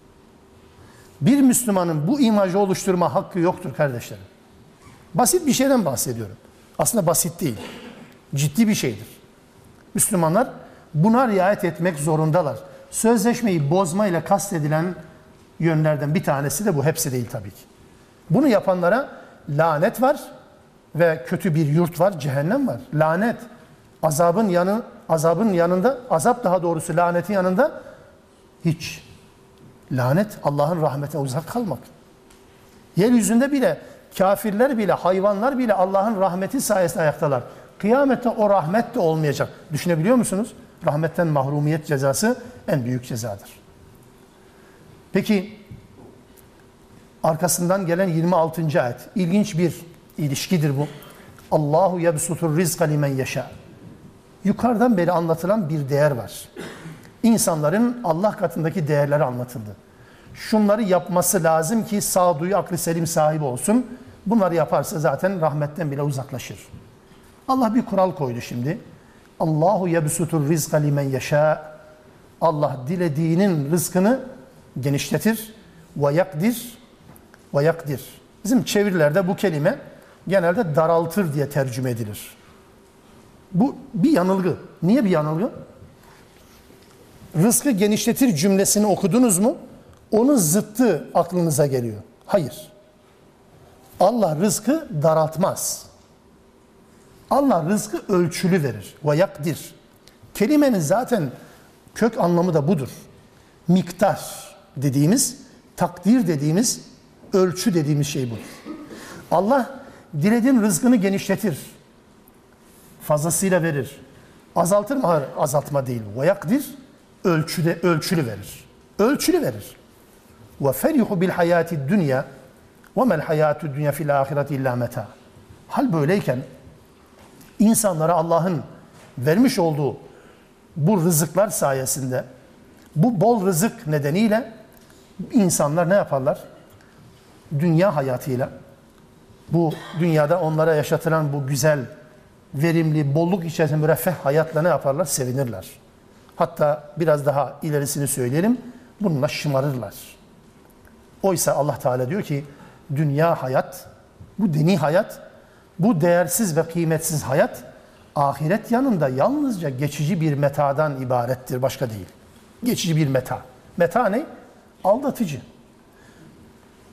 Bir Müslümanın bu imajı oluşturma hakkı yoktur kardeşlerim. Basit bir şeyden bahsediyorum. Aslında basit değil. Ciddi bir şeydir. Müslümanlar buna riayet etmek zorundalar. Sözleşmeyi bozmayla kastedilen yönlerden bir tanesi de bu. Hepsi değil tabii ki. Bunu yapanlara lanet var ve kötü bir yurt var, cehennem var. Lanet, azabın yanında, azap daha doğrusu lanetin yanında hiç. Lanet, Allah'ın rahmetine uzak kalmak. Yeryüzünde bile, kafirler bile, hayvanlar bile Allah'ın rahmeti sayesinde ayaktalar. Kıyamette o rahmet de olmayacak. Düşünebiliyor musunuz? Rahmetten mahrumiyet cezası en büyük cezadır. Peki, arkasından gelen 26. ayet. İlginç bir ilişkidir bu. Allahu yebsutur rizqa limen yeşâ. Yukarıdan beri anlatılan bir değer var. İnsanların Allah katındaki değerleri anlatıldı. Şunları yapması lazım ki sağduyu, aklı selim sahibi olsun. Bunları yaparsa zaten rahmetten bile uzaklaşır. Allah bir kural koydu şimdi. Allahu yebsutur rizqa limen yeşâ. Allah dilediğinin rızkını genişletir. Ve yakdir. Bizim çevirilerde bu kelime genelde daraltır diye tercüme edilir. Bu bir yanılgı. Niye bir yanılgı? Rızkı genişletir cümlesini okudunuz mu? Onun zıttı aklınıza geliyor. Hayır. Allah rızkı daraltmaz. Allah rızkı ölçülü verir. Ve yakdir. Kelimenin zaten kök anlamı da budur. Miktar dediğimiz, takdir dediğimiz, ölçü dediğimiz şey budur. Allah dilediğin rızkını genişletir. Fazlasıyla verir. Azaltır mı? Hayır, azaltma değil. Ve yakdir, ölçülü verir. Ölçülü verir. Ve ferihu bil hayati dünya ve mel hayatu dünya fil ahireti illa meta. Hal böyleyken insanlara Allah'ın vermiş olduğu bu rızıklar sayesinde, bu bol rızık nedeniyle insanlar ne yaparlar? Dünya hayatıyla, bu dünyada onlara yaşatılan bu güzel, verimli, bolluk içerisinde müreffeh hayatla ne yaparlar? Sevinirler. Hatta biraz daha ilerisini söyleyelim, bununla şımarırlar. Oysa Allah Teala diyor ki, dünya hayat, bu deni hayat, bu değersiz ve kıymetsiz hayat, ahiret yanında yalnızca geçici bir metadan ibarettir, başka değil. Geçici bir meta. Meta ne? Aldatıcı.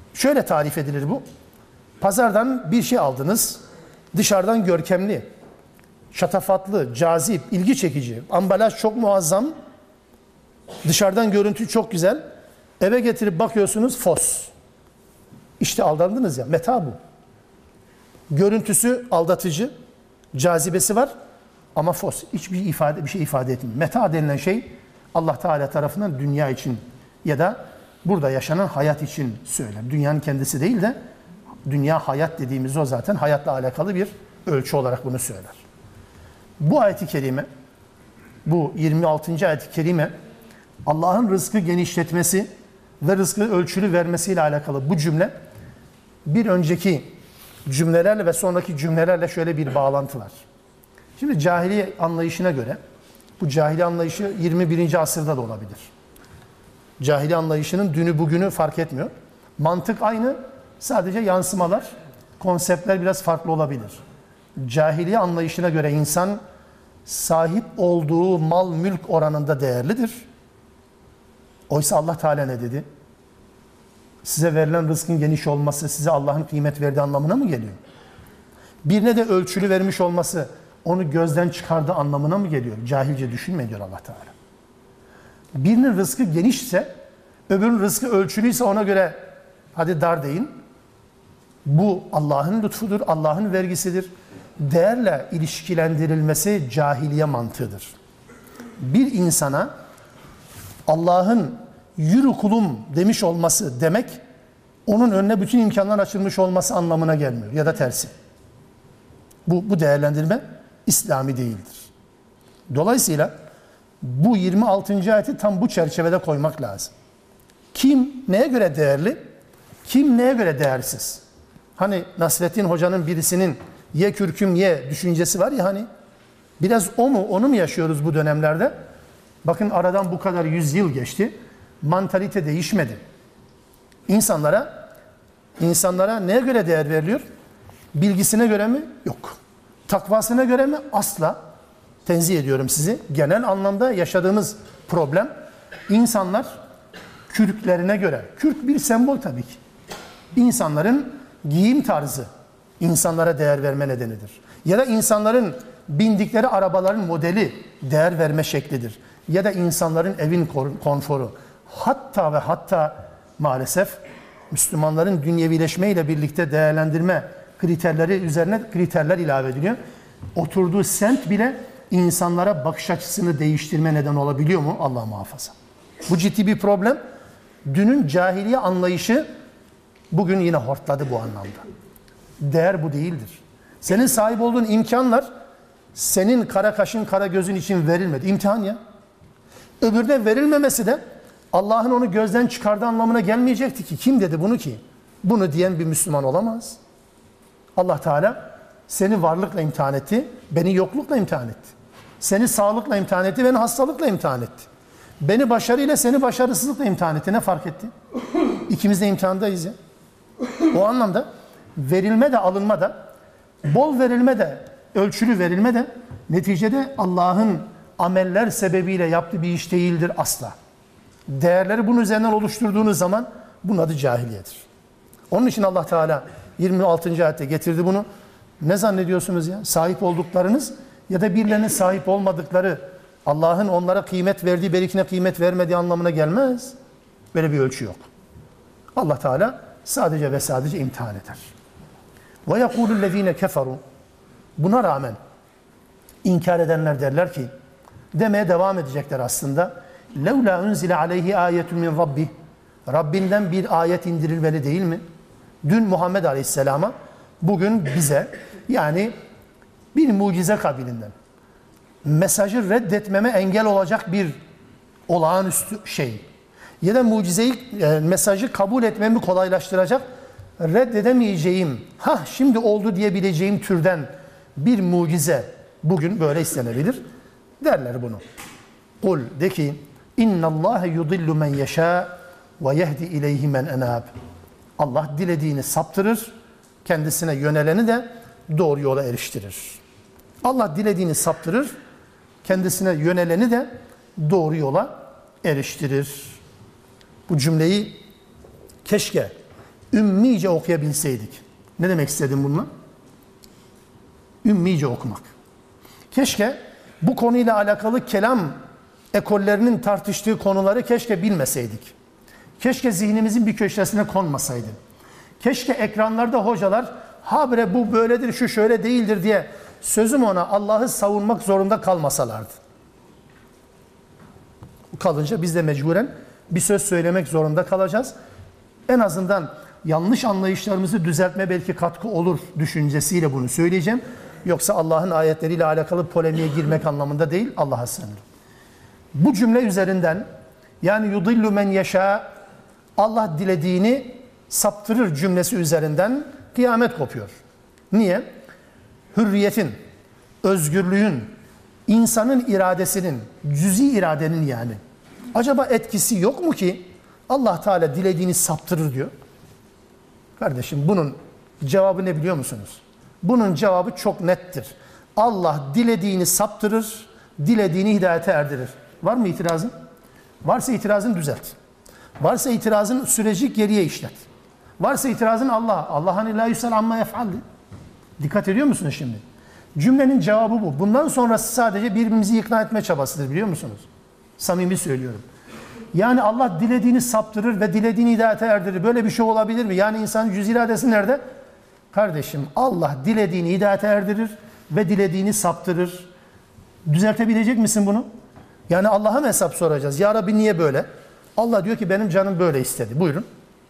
Şöyle tarif edilir bu. Pazardan bir şey aldınız. Dışarıdan görkemli, şatafatlı, cazip, ilgi çekici. Ambalaj çok muazzam. Dışarıdan görüntü çok güzel. Eve getirip bakıyorsunuz fos. İşte aldandınız ya. Meta bu. Görüntüsü aldatıcı, cazibesi var ama fos. Hiçbir şey ifade etmiyor. Meta denilen şey Allah Teala tarafından dünya için ya da burada yaşanan hayat için söyler. Dünyanın kendisi değil de dünya hayat dediğimiz o zaten hayatla alakalı bir ölçü olarak bunu söyler. Bu ayet-i kerime, bu 26. ayet-i kerime Allah'ın rızkı genişletmesi ve rızkı ölçülü vermesiyle alakalı bu cümle bir önceki cümlelerle ve sonraki cümlelerle şöyle bir bağlantı var. Şimdi cahiliye anlayışına göre, bu cahiliye anlayışı 21. asırda da olabilir. Cahiliye anlayışının dünü bugünü fark etmiyor. Mantık aynı, sadece yansımalar, konseptler biraz farklı olabilir. Cahiliye anlayışına göre insan sahip olduğu mal mülk oranında değerlidir. Oysa Allah Teala ne dedi? Size verilen rızkın geniş olması size Allah'ın kıymet verdiği anlamına mı geliyor? Birine de ölçülü vermiş olması onu gözden çıkardığı anlamına mı geliyor? Cahilce düşünme diyor Allah Teala. Birinin rızkı genişse, öbürünün rızkı ölçülüyse ona göre hadi dar deyin. Bu Allah'ın lütfudur, Allah'ın vergisidir. Değerle ilişkilendirilmesi cahiliye mantığıdır. Bir insana Allah'ın yürü kulum demiş olması demek, onun önüne bütün imkanlar açılmış olması anlamına gelmiyor ya da tersi. Bu değerlendirme İslami değildir. Dolayısıyla bu 26. ayeti tam bu çerçevede koymak lazım. Kim neye göre değerli, kim neye göre değersiz? Hani Nasrettin Hoca'nın birisinin ye kürküm ye düşüncesi var ya hani, biraz onu mu yaşıyoruz bu dönemlerde? Bakın aradan bu kadar 100 yıl geçti. Mantalite değişmedi. İnsanlara neye göre değer veriliyor? Bilgisine göre mi? Yok. Takvasına göre mi? Asla. Tenzih ediyorum sizi. Genel anlamda yaşadığımız problem, insanlar kürklerine göre, kürk bir sembol tabii ki. İnsanların giyim tarzı insanlara değer verme nedenidir. Ya da insanların bindikleri arabaların modeli değer verme şeklidir. Ya da insanların evin konforu. Hatta ve hatta maalesef Müslümanların dünyevileşmeyle birlikte değerlendirme kriterleri üzerine kriterler ilave ediliyor. Oturduğu semt bile insanlara bakış açısını değiştirme neden olabiliyor mu? Allah muhafaza. Bu ciddi bir problem. Dünün cahiliye anlayışı bugün yine hortladı bu anlamda. Değer bu değildir. Senin sahip olduğun imkanlar senin kara kaşın kara gözün için verilmedi. İmtihan ya. Öbürüne verilmemesi de Allah'ın onu gözden çıkardığı anlamına gelmeyecekti ki. Kim dedi bunu ki? Bunu diyen bir Müslüman olamaz. Allah Teala seni varlıkla imtihan etti, beni yoklukla imtihan etti. Seni sağlıkla imtihan etti, beni hastalıkla imtihan etti. Beni başarıyla, seni başarısızlıkla imtihan etti. Ne fark etti? İkimiz de imtihandayız ya. O anlamda verilme de alınma da, bol verilme de, ölçülü verilme de neticede Allah'ın ameller sebebiyle yaptığı bir iş değildir asla. Değerleri bunun üzerinden oluşturduğunuz zaman bunun adı cahiliyedir. Onun için Allah Teala 26. ayette getirdi bunu. Ne zannediyorsunuz ya? Sahip olduklarınız ya da birilerinin sahip olmadıkları Allah'ın onlara kıymet verdiği, berikine kıymet vermediği anlamına gelmez. Böyle bir ölçü yok. Allah Teala sadece ve sadece imtihan eder. Ve yekûlü'llezîne keferû. Buna rağmen inkar edenler derler ki, demeye devam edecekler aslında. لَوْلَا اُنْزِلَ عَلَيْهِ آيَةٌ مِنْ رَبِّهِ. Rabbinden bir ayet indirilmeli değil mi? Dün Muhammed Aleyhisselam'a, bugün bize, yani bir mucize kabilinden, mesajı reddetmeme engel olacak bir olağanüstü şey ya da mucizeyi, mesajı kabul etmemi kolaylaştıracak, reddedemeyeceğim, şimdi oldu diyebileceğim türden bir mucize bugün böyle istenebilir derler bunu. Kul, de ki, innallâhe yudillu men yeşâ ve yehdi ileyhi men enâb. Allah dilediğini saptırır, kendisine yöneleni de doğru yola eriştirir. Allah dilediğini saptırır, kendisine yöneleni de doğru yola eriştirir. Bu cümleyi keşke ümmice okuyabilseydik. Ne demek istedim bununla? Ümmice okumak. Keşke bu konuyla alakalı kelam ekollerinin tartıştığı konuları keşke bilmeseydik. Keşke zihnimizin bir köşesine konmasaydı. Keşke ekranlarda hocalar habre bu böyledir, şu şöyle değildir diye sözüm ona Allah'ı savunmak zorunda kalmasalardı. Kalınca biz de mecburen bir söz söylemek zorunda kalacağız. En azından yanlış anlayışlarımızı düzeltme belki katkı olur düşüncesiyle bunu söyleyeceğim. Yoksa Allah'ın ayetleriyle alakalı polemiğe girmek anlamında değil, Allah'a sığınırım. Bu cümle üzerinden yani yudillu men yeşâ, Allah dilediğini saptırır cümlesi üzerinden kıyamet kopuyor. Niye? Hürriyetin, özgürlüğün, insanın iradesinin, cüz'i iradenin yani. Acaba etkisi yok mu ki Allah Teala dilediğini saptırır diyor? Kardeşim bunun cevabı ne biliyor musunuz? Bunun cevabı çok nettir. Allah dilediğini saptırır, dilediğini hidayete erdirir. Var mı itirazın? Varsa itirazın düzelt. Varsa itirazın süreci geriye işlet. Varsa itirazın Allah hani la yusel amma yef'aldi. Dikkat ediyor musunuz şimdi? Cümlenin cevabı bu. Bundan sonrası sadece birbirimizi ikna etme çabasıdır biliyor musunuz? Samimi söylüyorum. Yani Allah dilediğini saptırır ve dilediğini hidayete erdirir. Böyle bir şey olabilir mi? Yani insanın cüz iradesi nerede? Kardeşim Allah dilediğini hidayete erdirir ve dilediğini saptırır. Düzeltebilecek misin bunu? Yani Allah'a mı hesap soracağız? Ya Rabbi niye böyle? Allah diyor ki benim canım böyle istedi. Buyurun.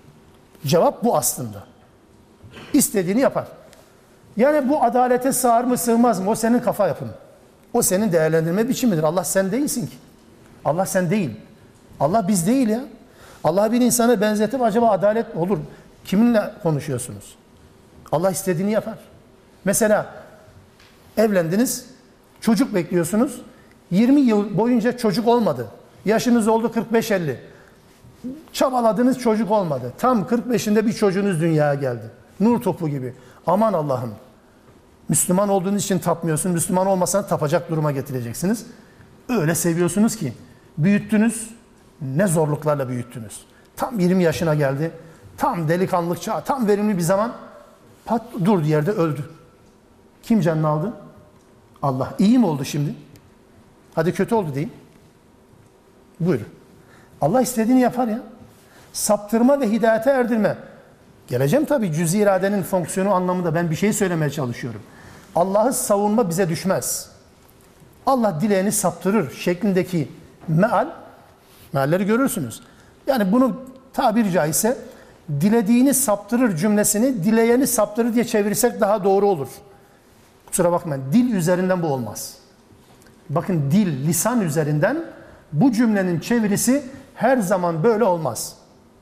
Cevap bu aslında. İstediğini yapar. Yani bu adalete sığar mı sığmaz mı? O senin kafa yapın. O senin değerlendirme biçimidir. Allah sen değilsin ki. Allah sen değil. Allah biz değil ya. Allah bir insana benzetip acaba adalet olur. Kiminle konuşuyorsunuz? Allah istediğini yapar. Mesela evlendiniz, çocuk bekliyorsunuz. 20 yıl boyunca çocuk olmadı. Yaşınız oldu 45-50. Çabaladınız çocuk olmadı. Tam 45'inde bir çocuğunuz dünyaya geldi. Nur topu gibi. Aman Allah'ım. Müslüman olduğunuz için tapmıyorsun. Müslüman olmasan tapacak duruma getireceksiniz. Öyle seviyorsunuz ki. Büyüttünüz. Ne zorluklarla büyüttünüz. Tam 20 yaşına geldi. Tam delikanlık çağı. Tam verimli bir zaman. Pat durdu yerde öldü. Kim canını aldı? Allah. İyi mi oldu şimdi? Hadi kötü oldu diyeyim. Buyurun. Allah istediğini yapar ya. Saptırma ve hidayete erdirme. Geleceğim tabii cüz-i iradenin fonksiyonu anlamında ben bir şey söylemeye çalışıyorum. Allah'ı savunma bize düşmez. Allah dileyeni saptırır şeklindeki mealleri görürsünüz. Yani bunu tabiri caizse dilediğini saptırır cümlesini dileyeni saptırır diye çevirirsek daha doğru olur. Kusura bakmayın. Dil üzerinden bu olmaz. Bakın dil, lisan üzerinden bu cümlenin çevirisi her zaman böyle olmaz.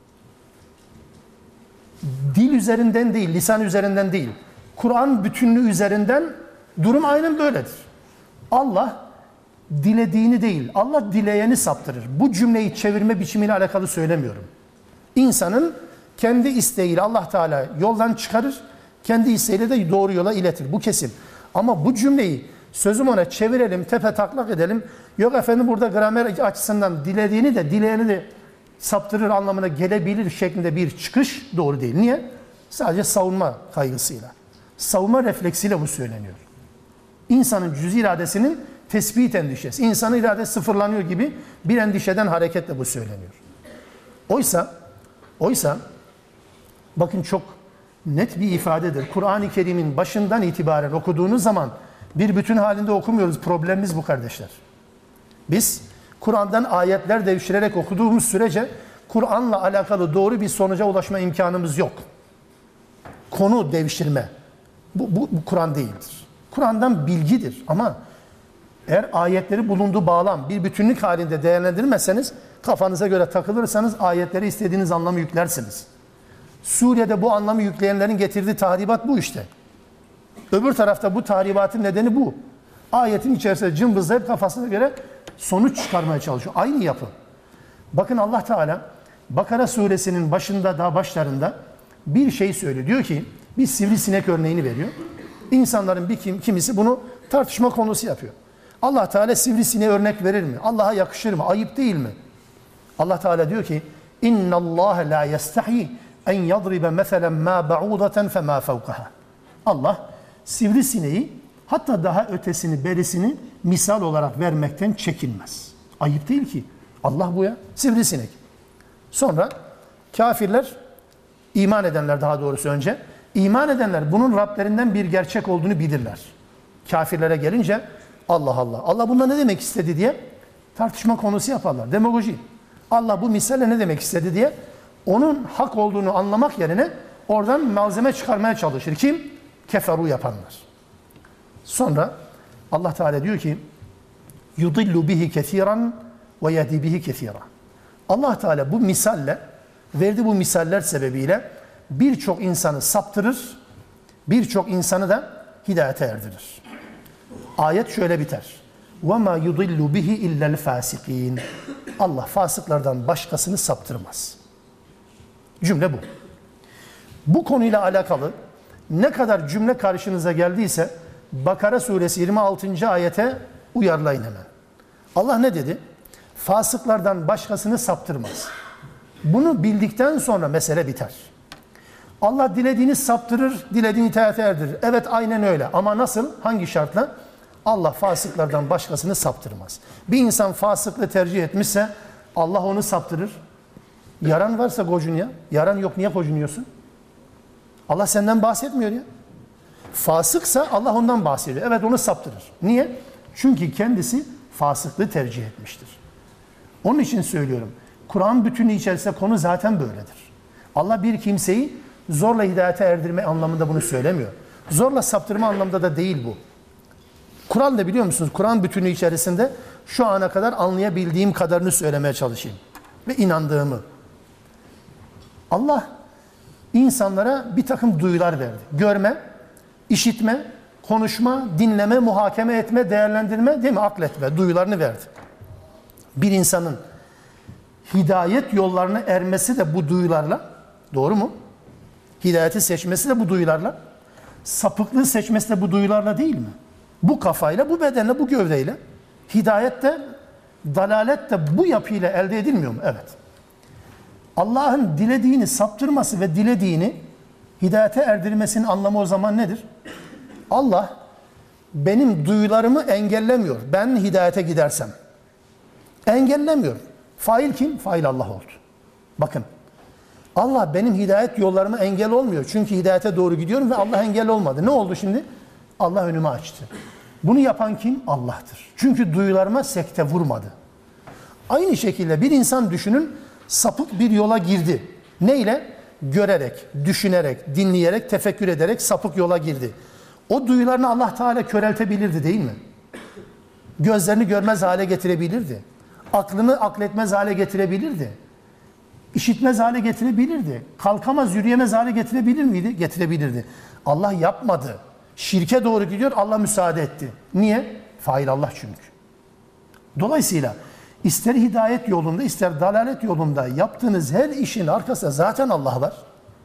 Dil üzerinden değil, lisan üzerinden değil. Kur'an bütünlüğü üzerinden durum aynen böyledir. Allah dilediğini değil, Allah dileyeni saptırır. Bu cümleyi çevirme biçimiyle alakalı söylemiyorum. İnsanın kendi isteğiyle Allah Teala yoldan çıkarır, kendi isteğiyle de doğru yola iletir. Bu kesin. Ama bu cümleyi sözüm ona çevirelim, tepe taklak edelim. Yok efendim burada gramer açısından dilediğini de dileyeni de saptırır anlamına gelebilir şeklinde bir çıkış doğru değil. Niye? Sadece savunma kaygısıyla. Savunma refleksiyle bu söyleniyor. İnsanın cüz-i iradesinin tespit endişesi. İnsanın iradesi sıfırlanıyor gibi bir endişeden hareketle bu söyleniyor. Oysa bakın çok net bir ifadedir. Kur'an-ı Kerim'in başından itibaren okuduğunuz zaman bir bütün halinde okumuyoruz. Problemimiz bu kardeşler. Biz Kur'an'dan ayetler devşirerek okuduğumuz sürece Kur'an'la alakalı doğru bir sonuca ulaşma imkanımız yok. Konu devşirme. Bu Kur'an değildir. Kur'an'dan bilgidir ama eğer ayetleri bulunduğu bağlam bir bütünlük halinde değerlendirmezseniz kafanıza göre takılırsanız ayetleri istediğiniz anlamı yüklersiniz. Suriye'de bu anlamı yükleyenlerin getirdiği tahribat bu işte. Öbür tarafta bu tahribatın nedeni bu. Ayetin içerisinde cımbızlayıp kafasına göre sonuç çıkarmaya çalışıyor. Aynı yapı. Bakın Allah Teala Bakara suresinin başında daha başlarında bir şey söylüyor. Diyor ki bir sivrisinek örneğini veriyor. İnsanların kimisi bunu tartışma konusu yapıyor. Allah Teala sivrisineğe örnek verir mi? Allah'a yakışır mı? Ayıp değil mi? Allah Teala diyor ki İnnallâhe lâ yestahi en yadribe meselen ma ba'udaten fema fevkaha. Allah sivrisineği hatta daha ötesini, berisini misal olarak vermekten çekinmez. Ayıp değil ki. Allah bu ya. Sivrisinek. Sonra kafirler, iman edenler daha doğrusu önce, iman edenler bunun Rablerinden bir gerçek olduğunu bilirler. Kafirlere gelince Allah Allah, Allah bunda ne demek istedi diye tartışma konusu yaparlar. Demagoji. Allah bu misalle ne demek istedi diye onun hak olduğunu anlamak yerine oradan malzeme çıkarmaya çalışır. Kim? Keferu yapanlar. Sonra Allah Teala diyor ki yudillu bihi kesiran ve yehdi bihi kesira. Allah Teala bu misalle, verdiği bu misaller sebebiyle birçok insanı saptırır, birçok insanı da hidayete erdirir. Ayet şöyle biter. وَمَا يُضِلُّ بِهِ اِلَّا الْفَاسِقِينَ. Allah fasıklardan başkasını saptırmaz. Cümle bu. Bu konuyla alakalı ne kadar cümle karşınıza geldiyse Bakara suresi 26. ayete uyarlayın hemen. Allah ne dedi? Fasıklardan başkasını saptırmaz. Bunu bildikten sonra mesele biter. Allah dilediğini saptırır, dilediğini itaate erdirir. Evet aynen öyle ama nasıl? Hangi şartla? Allah fasıklardan başkasını saptırmaz. Bir insan fasıklığı tercih etmişse Allah onu saptırır. Yaran varsa gocun ya. Yaran yok niye gocunuyorsun? Allah senden bahsetmiyor ya. Fasıksa Allah ondan bahsediyor. Evet onu saptırır. Niye? Çünkü kendisi fasıklığı tercih etmiştir. Onun için söylüyorum. Kur'an bütünü içerisinde konu zaten böyledir. Allah bir kimseyi zorla hidayete erdirme anlamında bunu söylemiyor. Zorla saptırma anlamında da değil bu. Kur'an da biliyor musunuz? Kur'an bütünü içerisinde şu ana kadar anlayabildiğim kadarını söylemeye çalışayım. Ve inandığımı. Allah insanlara bir takım duyular verdi. Görme, işitme, konuşma, dinleme, muhakeme etme, değerlendirme, değil mi? Akletme, duyularını verdi. Bir insanın hidayet yollarına ermesi de bu duyularla, doğru mu? Hidayeti seçmesi de bu duyularla, sapıklığı seçmesi de bu duyularla değil mi? Bu kafayla, bu bedenle, bu gövdeyle hidayet de, dalalet de bu yapıyla elde edilmiyor mu? Evet. Allah'ın dilediğini saptırması ve dilediğini hidayete erdirmesinin anlamı o zaman nedir? Allah benim duyularımı engellemiyor. Ben hidayete gidersem. Engellemiyor. Fail kim? Fail Allah oldu. Bakın. Allah benim hidayet yollarıma engel olmuyor. Çünkü hidayete doğru gidiyorum ve Allah engel olmadı. Ne oldu şimdi? Allah önümü açtı. Bunu yapan kim? Allah'tır. Çünkü duyularıma sekte vurmadı. Aynı şekilde bir insan düşünün sapık bir yola girdi. Neyle? Görerek, düşünerek, dinleyerek, tefekkür ederek sapık yola girdi. O duyularını Allah Teala köreltebilirdi değil mi? Gözlerini görmez hale getirebilirdi. Aklını akletmez hale getirebilirdi. İşitmez hale getirebilirdi. Kalkamaz, yürüyemez hale getirebilir miydi? Getirebilirdi. Allah yapmadı. Şirke doğru gidiyor, Allah müsaade etti. Niye? Fail Allah çünkü. Dolayısıyla ister hidayet yolunda, ister dalalet yolunda yaptığınız her işin arkasında zaten Allah var.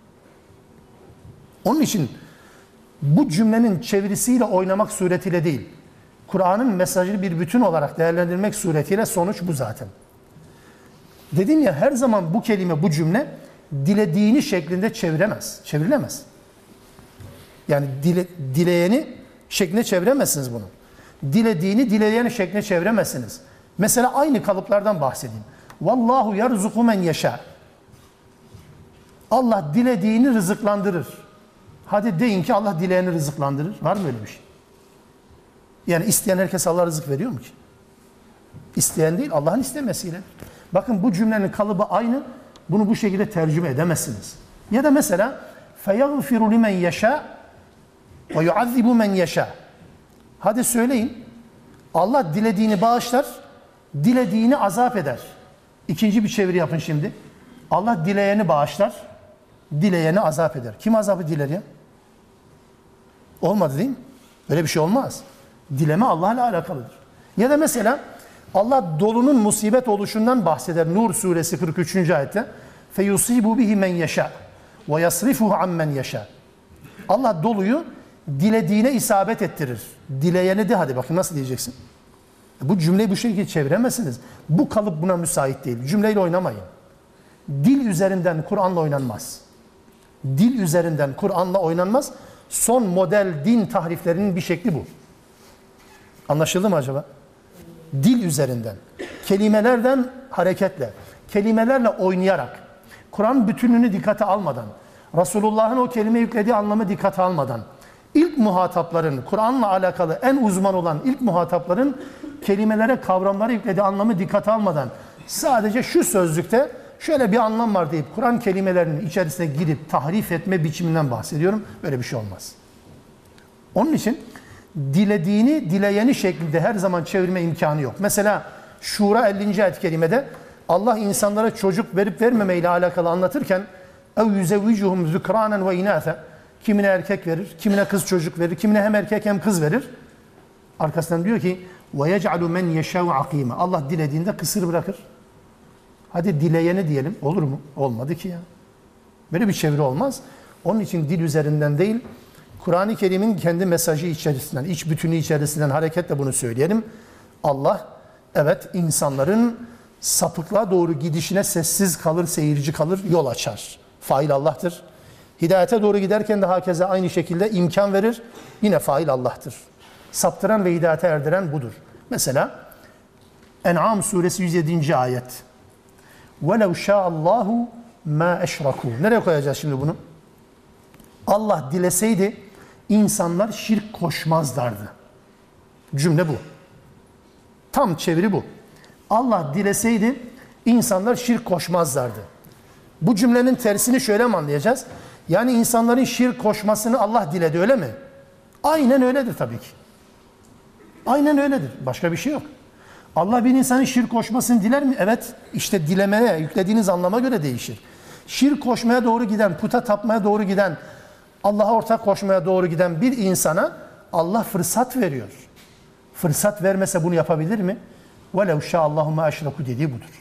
Onun için bu cümlenin çevirisiyle oynamak suretiyle değil, Kur'an'ın mesajını bir bütün olarak değerlendirmek suretiyle sonuç bu zaten. Dedim ya her zaman bu kelime, bu cümle dilediğini şeklinde çevrilemez. Yani dileyeni şekline çeviremezsiniz bunu. Dilediğini dileyeni şekline çeviremezsiniz. Mesela aynı kalıplardan bahsedeyim. Vallahu yerzuku men yeşâ. Allah dilediğini rızıklandırır. Hadi deyin ki Allah dileyeni rızıklandırır. Var mı öyle bir şey? Yani isteyen herkes Allah rızık veriyor mu ki? İsteyen değil, Allah'ın istemesiyle. Bakın bu cümlenin kalıbı aynı. Bunu bu şekilde tercüme edemezsiniz. Ya da mesela فَيَغْفِرُ لِمَنْ يَشَاءُ وَيُعَذِّبُ مَنْ يَشَاءُ. Hadi söyleyin. Allah dilediğini bağışlar, dilediğini azap eder. İkinci bir çeviri yapın şimdi. Allah dileyeni bağışlar, dileyeni azap eder. Kim azabı diler ya? Olmadı değil mi? Böyle bir şey olmaz. Dileme Allah'la alakalıdır. Ya da mesela Allah dolunun musibet oluşundan bahseder. Nur suresi 43. ayette. فَيُصِيبُ بِهِ مَنْ يَشَاءُ وَيَصْرِفُهُ عَمَّنْ يَشَاءُ. Allah doluyu dilediğine isabet ettirir. Dileyeni de hadi bakın nasıl diyeceksin? Bu cümleyi bu şekilde çeviremezsiniz. Bu kalıp buna müsait değil. Cümleyle oynamayın. Dil üzerinden Kur'an'la oynanmaz. Dil üzerinden Kur'an'la oynanmaz. Son model din tahriflerinin bir şekli bu. Anlaşıldı mı acaba? Dil üzerinden. Kelimelerden hareketle, kelimelerle oynayarak, Kur'an bütününü dikkate almadan, Resulullah'ın o kelime yüklediği anlamı dikkate almadan, ilk muhatapların, Kur'an'la alakalı en uzman olan ilk muhatapların kelimelere, kavramlara yüklediği anlamı dikkate almadan, sadece şu sözlükte şöyle bir anlam var deyip Kur'an kelimelerinin içerisine girip tahrif etme biçiminden bahsediyorum. Böyle bir şey olmaz. Onun için dilediğini, dileyeni şeklinde her zaman çevirme imkanı yok. Mesela Şura 50. ayet-i kerimede Allah insanlara çocuk verip vermeme ile alakalı anlatırken ev yüzevvicuhum zükranen ve inâfe, kimine erkek verir, kimine kız çocuk verir, kimine hem erkek hem kız verir. Arkasından diyor ki ve yec'alu men yeşâ'u akîme, Allah dilediğinde kısır bırakır. Hadi dileyeni diyelim. Olur mu? Olmadı ki ya. Böyle bir çeviri olmaz. Onun için dil üzerinden değil, Kur'an-ı Kerim'in kendi mesajı içerisinden, iç bütünü içerisinden hareketle bunu söyleyelim. Allah, evet, insanların sapıklığa doğru gidişine sessiz kalır, seyirci kalır, yol açar. Fail Allah'tır. Hidayete doğru giderken de hakeza aynı şekilde imkan verir. Yine fail Allah'tır. Saptıran ve hidayete erdiren budur. Mesela En'am suresi 107. ayet. وَلَوْ شَاءَ اللّٰهُ مَا اَشْرَكُوا. Nereye koyacağız şimdi bunu? Allah dileseydi insanlar şirk koşmazlardı. Cümle bu. Tam çeviri bu. Allah dileseydi insanlar şirk koşmazlardı. Bu cümlenin tersini şöyle mi anlayacağız? Yani insanların şirk koşmasını Allah diledi, öyle mi? Aynen öyledir tabii ki. Aynen öyledir. Başka bir şey yok. Allah bir insanın şirk koşmasını diler mi? Evet. İşte dilemeye, yüklediğiniz anlama göre değişir. Şirk koşmaya doğru giden, puta tapmaya doğru giden, Allah'a ortak koşmaya doğru giden bir insana Allah fırsat veriyor. Fırsat vermese bunu yapabilir mi? وَلَوْ شَاءَ اللّٰهُ مَا اَشْرَكُوا dediği budur.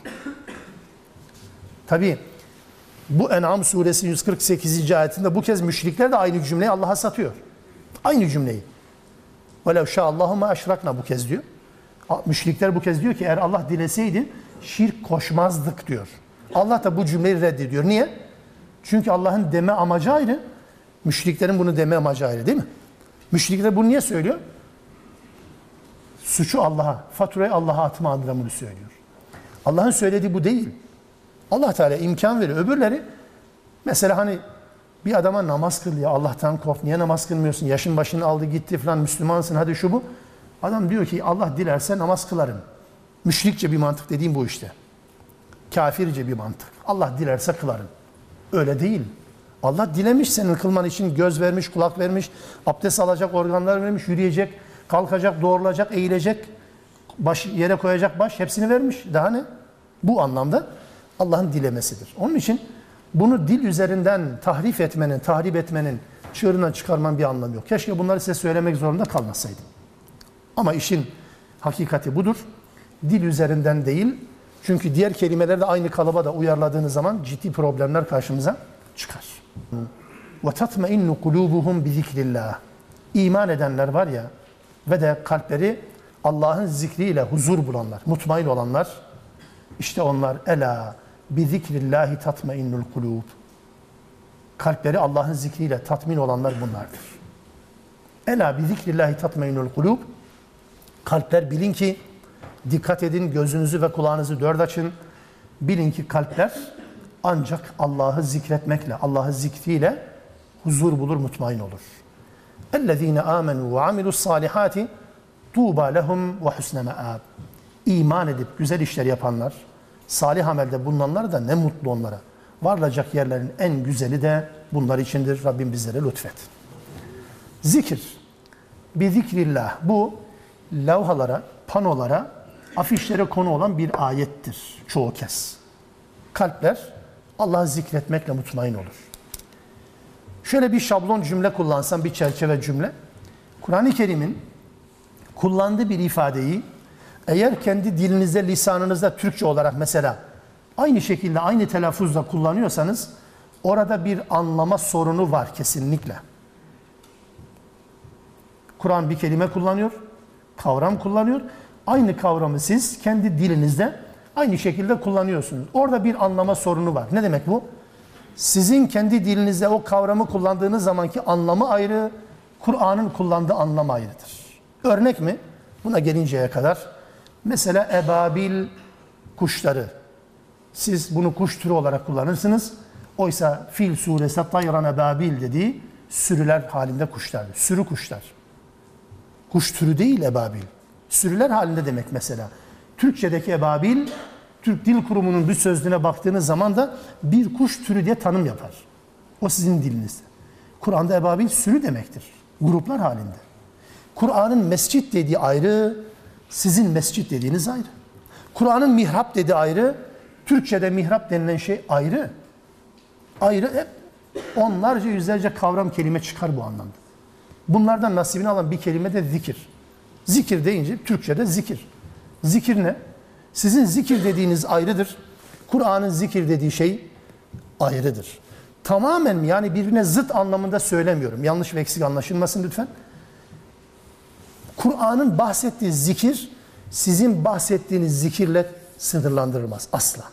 Tabii bu En'am suresi 148. ayetinde bu kez müşrikler de aynı cümleyi Allah'a satıyor. Aynı cümleyi. وَلَوْ شَاءَ اللّٰهُ مَا اَشْرَكْنَا bu kez diyor. Müşrikler bu kez diyor ki eğer Allah dileseydi şirk koşmazdık diyor. Allah da bu cümleyi reddediyor. Niye? Çünkü Allah'ın deme amacı ayrı. Müşriklerin bunu deme amacı ayrı, değil mi? Müşrikler bunu niye söylüyor? Suçu Allah'a, faturayı Allah'a atma adına bunu söylüyor. Allah'ın söylediği bu değil. Allah Teala imkan veriyor. Öbürleri mesela hani bir adama namaz kıl ya, Allah'tan kork. Niye namaz kılmıyorsun? Yaşın başını aldı gitti falan, Müslümansın hadi şu bu. Adam diyor ki Allah dilerse namaz kılarım. Müşrikçe bir mantık dediğim bu işte. Kafirce bir mantık. Allah dilerse kılarım. Öyle değil. Allah dilemiş senin kılman için, göz vermiş, kulak vermiş, abdest alacak organlar vermiş, yürüyecek, kalkacak, doğrulacak, eğilecek, baş yere koyacak baş, hepsini vermiş. Daha ne? Bu anlamda Allah'ın dilemesidir. Onun için bunu dil üzerinden tahrif etmenin, tahrip etmenin, çığırından çıkarman bir anlamı yok. Keşke bunları size söylemek zorunda kalmasaydım. Ama işin hakikati budur. Dil üzerinden değil. Çünkü diğer kelimeleri de aynı kalıba da uyarladığınız zaman ciddi problemler karşımıza çıkar. وَتَطْمَئِنُّ قُلُوبُهُمْ بِذِكْرِ. İman edenler var ya ve de kalpleri Allah'ın zikriyle huzur bulanlar, mutmain olanlar, işte onlar ela bi zikrillahi tatmainnul kulub. Kalpleri Allah'ın zikriyle tatmin olanlar bunlardır. Ela bi zikrillahi tatmainnul kulub. Kalpler, bilin ki, dikkat edin, gözünüzü ve kulağınızı dört açın. Bilin ki kalpler ancak Allah'ı zikretmekle, Allah'ı zikriyle huzur bulur, mutmain olur. اَلَّذ۪ينَ آمَنُوا وَعَمِلُوا الصَّالِحَاتِ طُوبَى لَهُمْ وَحُسْنَ مَآبٍ. İman edip güzel işler yapanlar, salih amelde bulunanlar da ne mutlu onlara. Varılacak yerlerin en güzeli de bunlar içindir. Rabbim bizlere lütfet. Zikir. Bi zikrillah. Bu levhalara, panolara, afişlere konu olan bir ayettir çoğu kez. Kalpler Allah'ı zikretmekle mutmain olur. Şöyle bir şablon cümle kullansam, bir çerçeve cümle. Kur'an-ı Kerim'in kullandığı bir ifadeyi eğer kendi dilinizde, lisanınızda Türkçe olarak mesela aynı şekilde, aynı telaffuzla kullanıyorsanız orada bir anlama sorunu var kesinlikle. Kur'an bir kelime kullanıyor, kavram kullanıyor. Aynı kavramı siz kendi dilinizde aynı şekilde kullanıyorsunuz. Orada bir anlama sorunu var. Ne demek bu? Sizin kendi dilinizde o kavramı kullandığınız zamanki anlamı ayrı, Kur'an'ın kullandığı anlam ayrıdır. Örnek mi? Buna gelinceye kadar. Mesela ebabil kuşları. Siz bunu kuş türü olarak kullanırsınız. Oysa Fil suresi tayran ebabil dediği sürüler halinde kuşlardır. Sürü kuşlar. Kuş türü değil ebabil. Sürüler halinde demek mesela. Türkçedeki ebabil, Türk Dil Kurumu'nun bir sözlüğüne baktığınız zaman da bir kuş türü diye tanım yapar. O sizin dilinizde. Kur'an'da ebabil sürü demektir. Gruplar halinde. Kur'an'ın mescit dediği ayrı, sizin mescit dediğiniz ayrı. Kur'an'ın mihrap dediği ayrı, Türkçe'de mihrap denilen şey ayrı. Ayrı, hep onlarca yüzlerce kavram kelime çıkar bu anlamda. Bunlardan nasibini alan bir kelime de zikir. Zikir deyince Türkçe'de zikir. Zikir ne? Sizin zikir dediğiniz ayrıdır. Kur'an'ın zikir dediği şey ayrıdır. Tamamen yani birbirine zıt anlamında söylemiyorum. Yanlış ve eksik anlaşılmasın lütfen. Kur'an'ın bahsettiği zikir sizin bahsettiğiniz zikirle sınırlandırılmaz asla.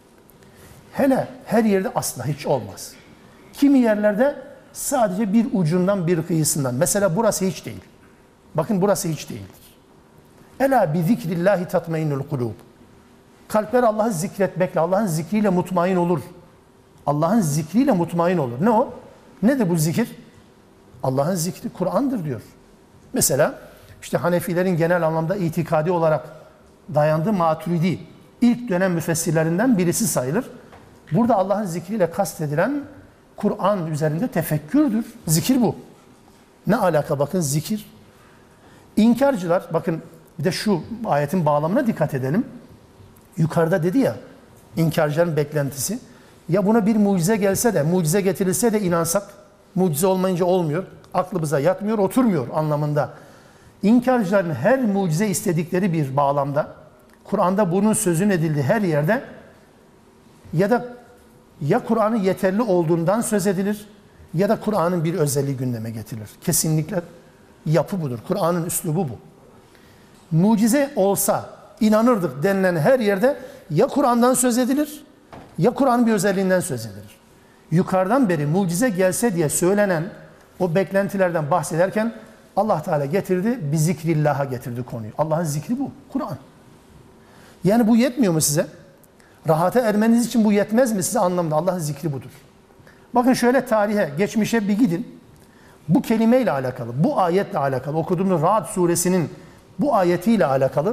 Hele her yerde asla hiç olmaz. Kimi yerlerde sadece bir ucundan bir kıyısından. Mesela burası hiç değil. Bakın burası hiç değildir. Ela bi zikrillahi tatmainnul kulub. Kalpler Allah'ı zikretmekle, Allah'ın zikriyle mutmain olur. Allah'ın zikriyle mutmain olur. Ne o? Nedir bu zikir? Allah'ın zikri Kur'an'dır diyor. Mesela işte Hanefilerin genel anlamda itikadi olarak dayandığı Maturidi ilk dönem müfessirlerinden birisi sayılır. Burada Allah'ın zikriyle kastedilen Kur'an üzerinde tefekkürdür. Zikir bu. Ne alaka bakın zikir. İnkarcılar bakın bir de şu ayetin bağlamına dikkat edelim. Yukarıda dedi ya inkarcıların beklentisi. Ya buna bir mucize gelse de mucize getirilse de inansak mucize olmayınca olmuyor. Aklımıza yatmıyor, oturmuyor anlamında. İnkarcıların her mucize istedikleri bir bağlamda Kur'an'da bunun sözün edildiği her yerde ya Kur'an'ın yeterli olduğundan söz edilir ya da Kur'an'ın bir özelliği gündeme getirilir. Kesinlikle yapı budur. Kur'an'ın üslubu bu. Mucize olsa inanırdık denilen her yerde ya Kur'an'dan söz edilir ya Kur'an'ın bir özelliğinden söz edilir. Yukarıdan beri mucize gelse diye söylenen o beklentilerden bahsederken Allah Teala getirdi, bi zikrillah'a getirdi konuyu. Allah'ın zikri bu, Kur'an. Yani bu yetmiyor mu size? Rahata ermeniz için bu yetmez mi size anlamda? Allah'ın zikri budur. Bakın şöyle tarihe, geçmişe bir gidin. Bu kelimeyle alakalı, bu ayetle alakalı, okuduğumuz Ra'd suresinin bu ayetiyle alakalı,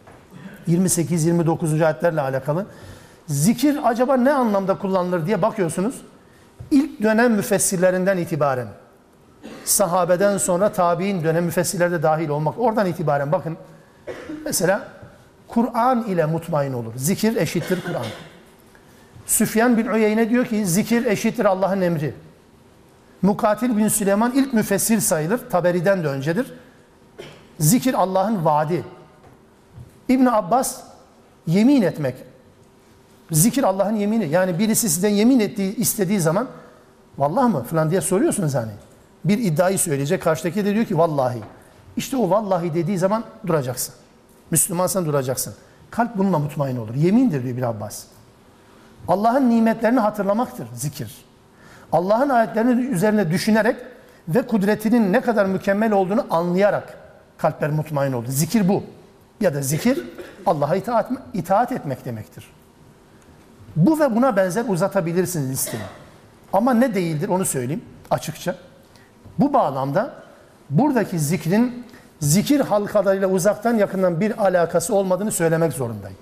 28-29. ayetlerle alakalı, zikir acaba ne anlamda kullanılır diye bakıyorsunuz. İlk dönem müfessirlerinden itibaren, sahabeden sonra tabi'in dönem müfessirleri de dahil olmak, oradan itibaren bakın, mesela Kur'an ile mutmain olur. Zikir eşittir Kur'an. Süfyan bin Uyeyne diyor ki zikir eşittir Allah'ın emri. Mukatil bin Süleyman ilk müfessir sayılır. Taberi'den de öncedir. Zikir Allah'ın vaadi. İbn Abbas yemin etmek. Zikir Allah'ın yemini. Yani birisi sizden yemin istediği zaman vallahi mı falan diye soruyorsunuz hani. Bir iddiayı söyleyecek. Karşıdaki de diyor ki vallahi. İşte o vallahi dediği zaman duracaksın. Müslümansan duracaksın. Kalp bununla mutmain olur. Yemindir diyor İbn Abbas. Allah'ın nimetlerini hatırlamaktır zikir. Allah'ın ayetlerini üzerine düşünerek ve kudretinin ne kadar mükemmel olduğunu anlayarak kalpler mutmain oldu. Zikir bu. Ya da zikir Allah'a itaat etmek demektir. Bu ve buna benzer uzatabilirsiniz listeyi. Ama ne değildir onu söyleyeyim açıkça. Bu bağlamda buradaki zikrin zikir halkalarıyla uzaktan yakından bir alakası olmadığını söylemek zorundayım.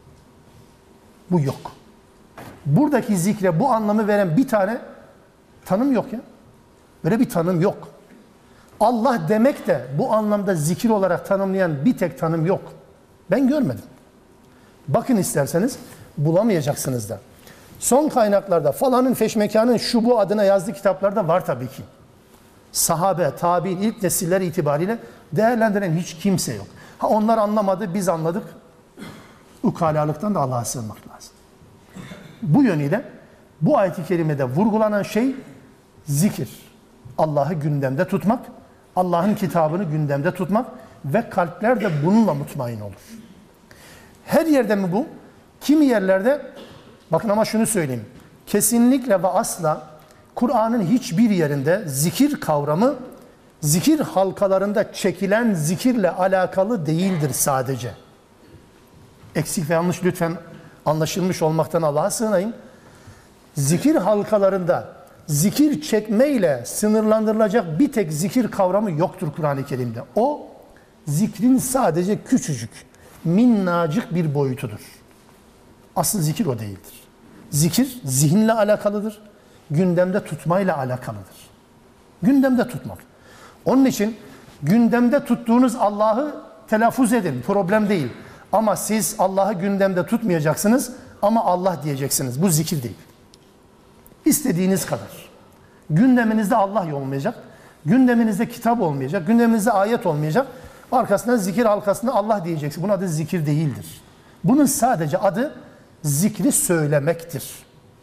Bu yok. Buradaki zikre bu anlamı veren bir tane tanım yok ya. Böyle bir tanım yok. Allah demek de bu anlamda zikir olarak tanımlayan bir tek tanım yok. Ben görmedim. Bakın isterseniz bulamayacaksınız da. Son kaynaklarda falanın feşmekanın şu bu adına yazdığı kitaplarda var tabii ki. Sahabe, tabi'in ilk nesiller itibariyle değerlendiren hiç kimse yok. Ha onlar anlamadı, biz anladık. Ukalalıktan da Allah'a sığınmak lazım. Bu yönüyle bu ayet-i kerimede vurgulanan şey zikir. Allah'ı gündemde tutmak, Allah'ın kitabını gündemde tutmak ve kalpler de bununla mutmain olur. Her yerde mi bu? Kimi yerlerde, bakın ama şunu söyleyeyim. kesinlikle ve asla Kur'an'ın hiçbir yerinde zikir kavramı, zikir halkalarında çekilen zikirle alakalı değildir sadece. Eksik ve yanlış lütfen anlaşılmış olmaktan Allah'a sığınayım. Zikir halkalarında zikir çekmeyle sınırlandırılacak bir tek zikir kavramı yoktur Kur'an-ı Kerim'de. O zikrin sadece küçücük, minnacık bir boyutudur. Asıl zikir o değildir. Zikir zihinle alakalıdır, gündemde tutmayla alakalıdır. Gündemde tutmak. Onun için gündemde tuttuğunuz Allah'ı telaffuz edin, problem değil. Ama siz Allah'ı gündemde tutmayacaksınız ama Allah diyeceksiniz. Bu zikir değil. İstediğiniz kadar. Gündeminizde Allah olmayacak, gündeminizde kitap olmayacak, gündeminizde ayet olmayacak. Arkasından zikir halkasında Allah diyeceksin. Bunun adı zikir değildir. Bunun sadece adı zikri söylemektir.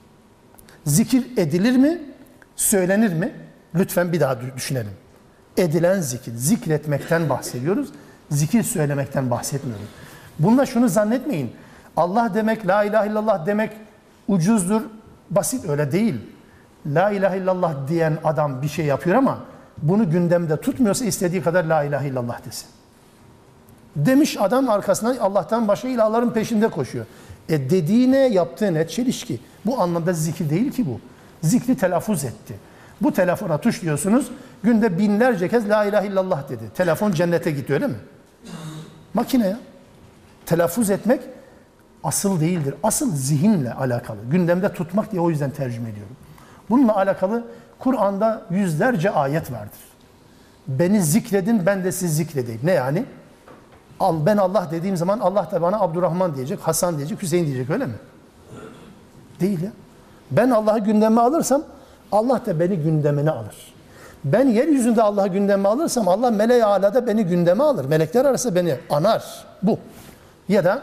Zikir edilir mi? Söylenir mi? Lütfen bir daha düşünelim. Edilen zikir. Zikretmekten bahsediyoruz. Zikir söylemekten bahsetmiyoruz. Bununla şunu zannetmeyin. Allah demek, la ilahe illallah demek ucuzdur, basit, öyle değil. La ilahe illallah diyen adam bir şey yapıyor ama bunu gündemde tutmuyorsa istediği kadar la ilahe illallah desin. Demiş adam, arkasından Allah'tan başka ilahların peşinde koşuyor. Dediği ne, yaptığı ne? Çelişki. Bu anlamda zikir değil ki bu. Zikri telaffuz etti. Bu telefona tuşluyorsunuz, günde binlerce kez la ilahe illallah dedi. Telefon cennete gitti, öyle mi? Makine ya. Telaffuz etmek asıl değildir. Asıl zihinle alakalı. Gündemde tutmak diye o yüzden tercüme ediyorum. Bununla alakalı Kur'an'da yüzlerce ayet vardır. Beni zikredin, ben de sizi zikredeyim. Ne yani? Ben Allah dediğim zaman Allah da bana Abdurrahman diyecek, Hasan diyecek, Hüseyin diyecek, öyle mi? Değil ya. Ben Allah'ı gündeme alırsam Allah da beni gündemine alır. Ben yeryüzünde Allah'ı gündeme alırsam Allah mele-i alada beni gündeme alır. Melekler arası beni anar. Bu. Ya da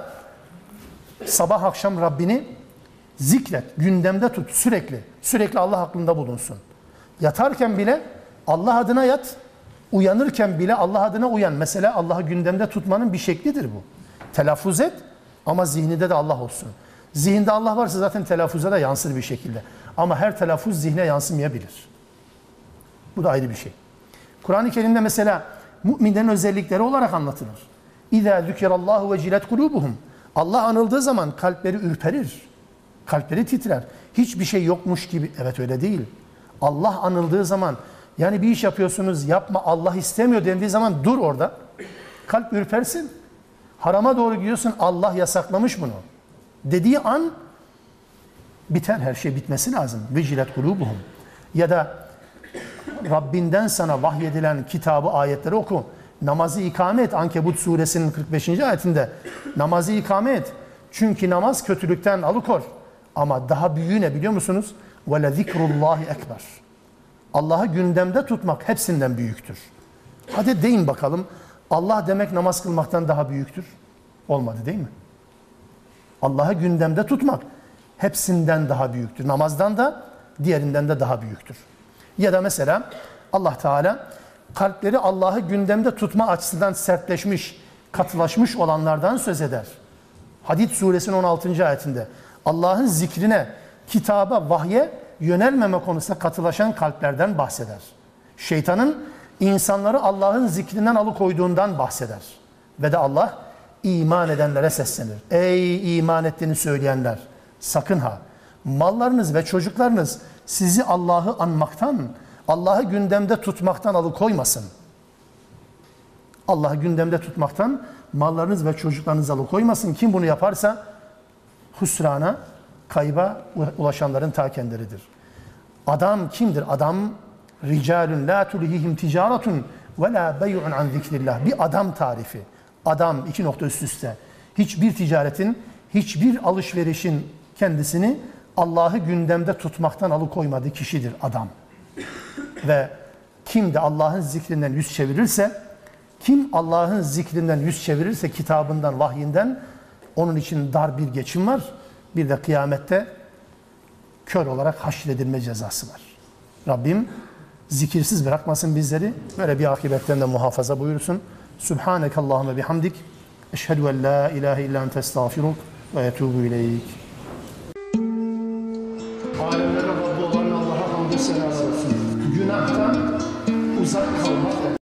sabah akşam Rabbini zikret, gündemde tut sürekli. Sürekli Allah aklında bulunsun. Yatarken bile Allah adına yat, uyanırken bile Allah adına uyan. Mesela Allah'ı gündemde tutmanın bir şeklidir bu. Telaffuz et ama zihninde de Allah olsun. Zihinde Allah varsa zaten telaffuza da yansır bir şekilde. Ama her telaffuz zihne yansımayabilir. Bu da ayrı bir şey. Kur'an-ı Kerim'de mesela müminlerin özellikleri olarak anlatılır. İzâ zükirallâhu ve cilet kulûbuhum. Allah anıldığı zaman kalpleri ürperir. Kalpleri titrer. Hiçbir şey yokmuş gibi. Evet, öyle değil. Allah anıldığı zaman, yani bir iş yapıyorsunuz, yapma Allah istemiyor dendiği zaman dur orada. Kalp ürpersin. Harama doğru gidiyorsun, Allah yasaklamış bunu dediği an biter, her şey bitmesi lazım. Vecilet kulubuhum. Ya da Rabbinden sana vahyedilen kitabı, ayetleri oku. Namazı ikame et. Ankebut suresinin 45. ayetinde namazı ikame et. Çünkü namaz kötülükten alıkor. Ama daha büyüğü ne biliyor musunuz? وَلَذِكْرُ اللّٰهِ ekber. Allah'ı gündemde tutmak hepsinden büyüktür. Hadi deyin bakalım, Allah demek namaz kılmaktan daha büyüktür. Olmadı değil mi? Allah'ı gündemde tutmak hepsinden daha büyüktür. Namazdan da, diğerinden de daha büyüktür. Ya da mesela Allah Teala kalpleri Allah'ı gündemde tutma açısından sertleşmiş, katılaşmış olanlardan söz eder. Hadid suresinin 16. ayetinde Allah'ın zikrine, kitaba, vahye yönelmeme konusunda katılaşan kalplerden bahseder. Şeytanın insanları Allah'ın zikrinden alıkoyduğundan bahseder. Ve de Allah iman edenlere seslenir. Ey iman ettiğini söyleyenler, sakın ha, mallarınız ve çocuklarınız sizi Allah'ı anmaktan, Allah'ı gündemde tutmaktan alıkoymasın. Allah'ı gündemde tutmaktan mallarınız ve çocuklarınızı alıkoymasın. Kim bunu yaparsa hüsrana, kayba ulaşanların ta kendileridir. Adam kimdir? Adam ricalun la tulhihim ticaretun ve la bey'un an zikrillah. Bir adam tarifi. Adam, iki nokta üst üste. Hiçbir ticaretin, hiçbir alışverişin kendisini Allah'ı gündemde tutmaktan alıkoymadığı kişidir adam. Ve kim de Allah'ın zikrinden yüz çevirirse, kim Allah'ın zikrinden yüz çevirirse, kitabından, vahyinden, onun için dar bir geçim var. Bir de kıyamette kör olarak haşredilme cezası var. Rabbim zikirsiz bırakmasın bizleri. Böyle bir akibetten de muhafaza buyursun. Subhaneke Allahümme bihamdik. Eşhedü en la ilahe illa ente estağfiruk ve etubu ileyk.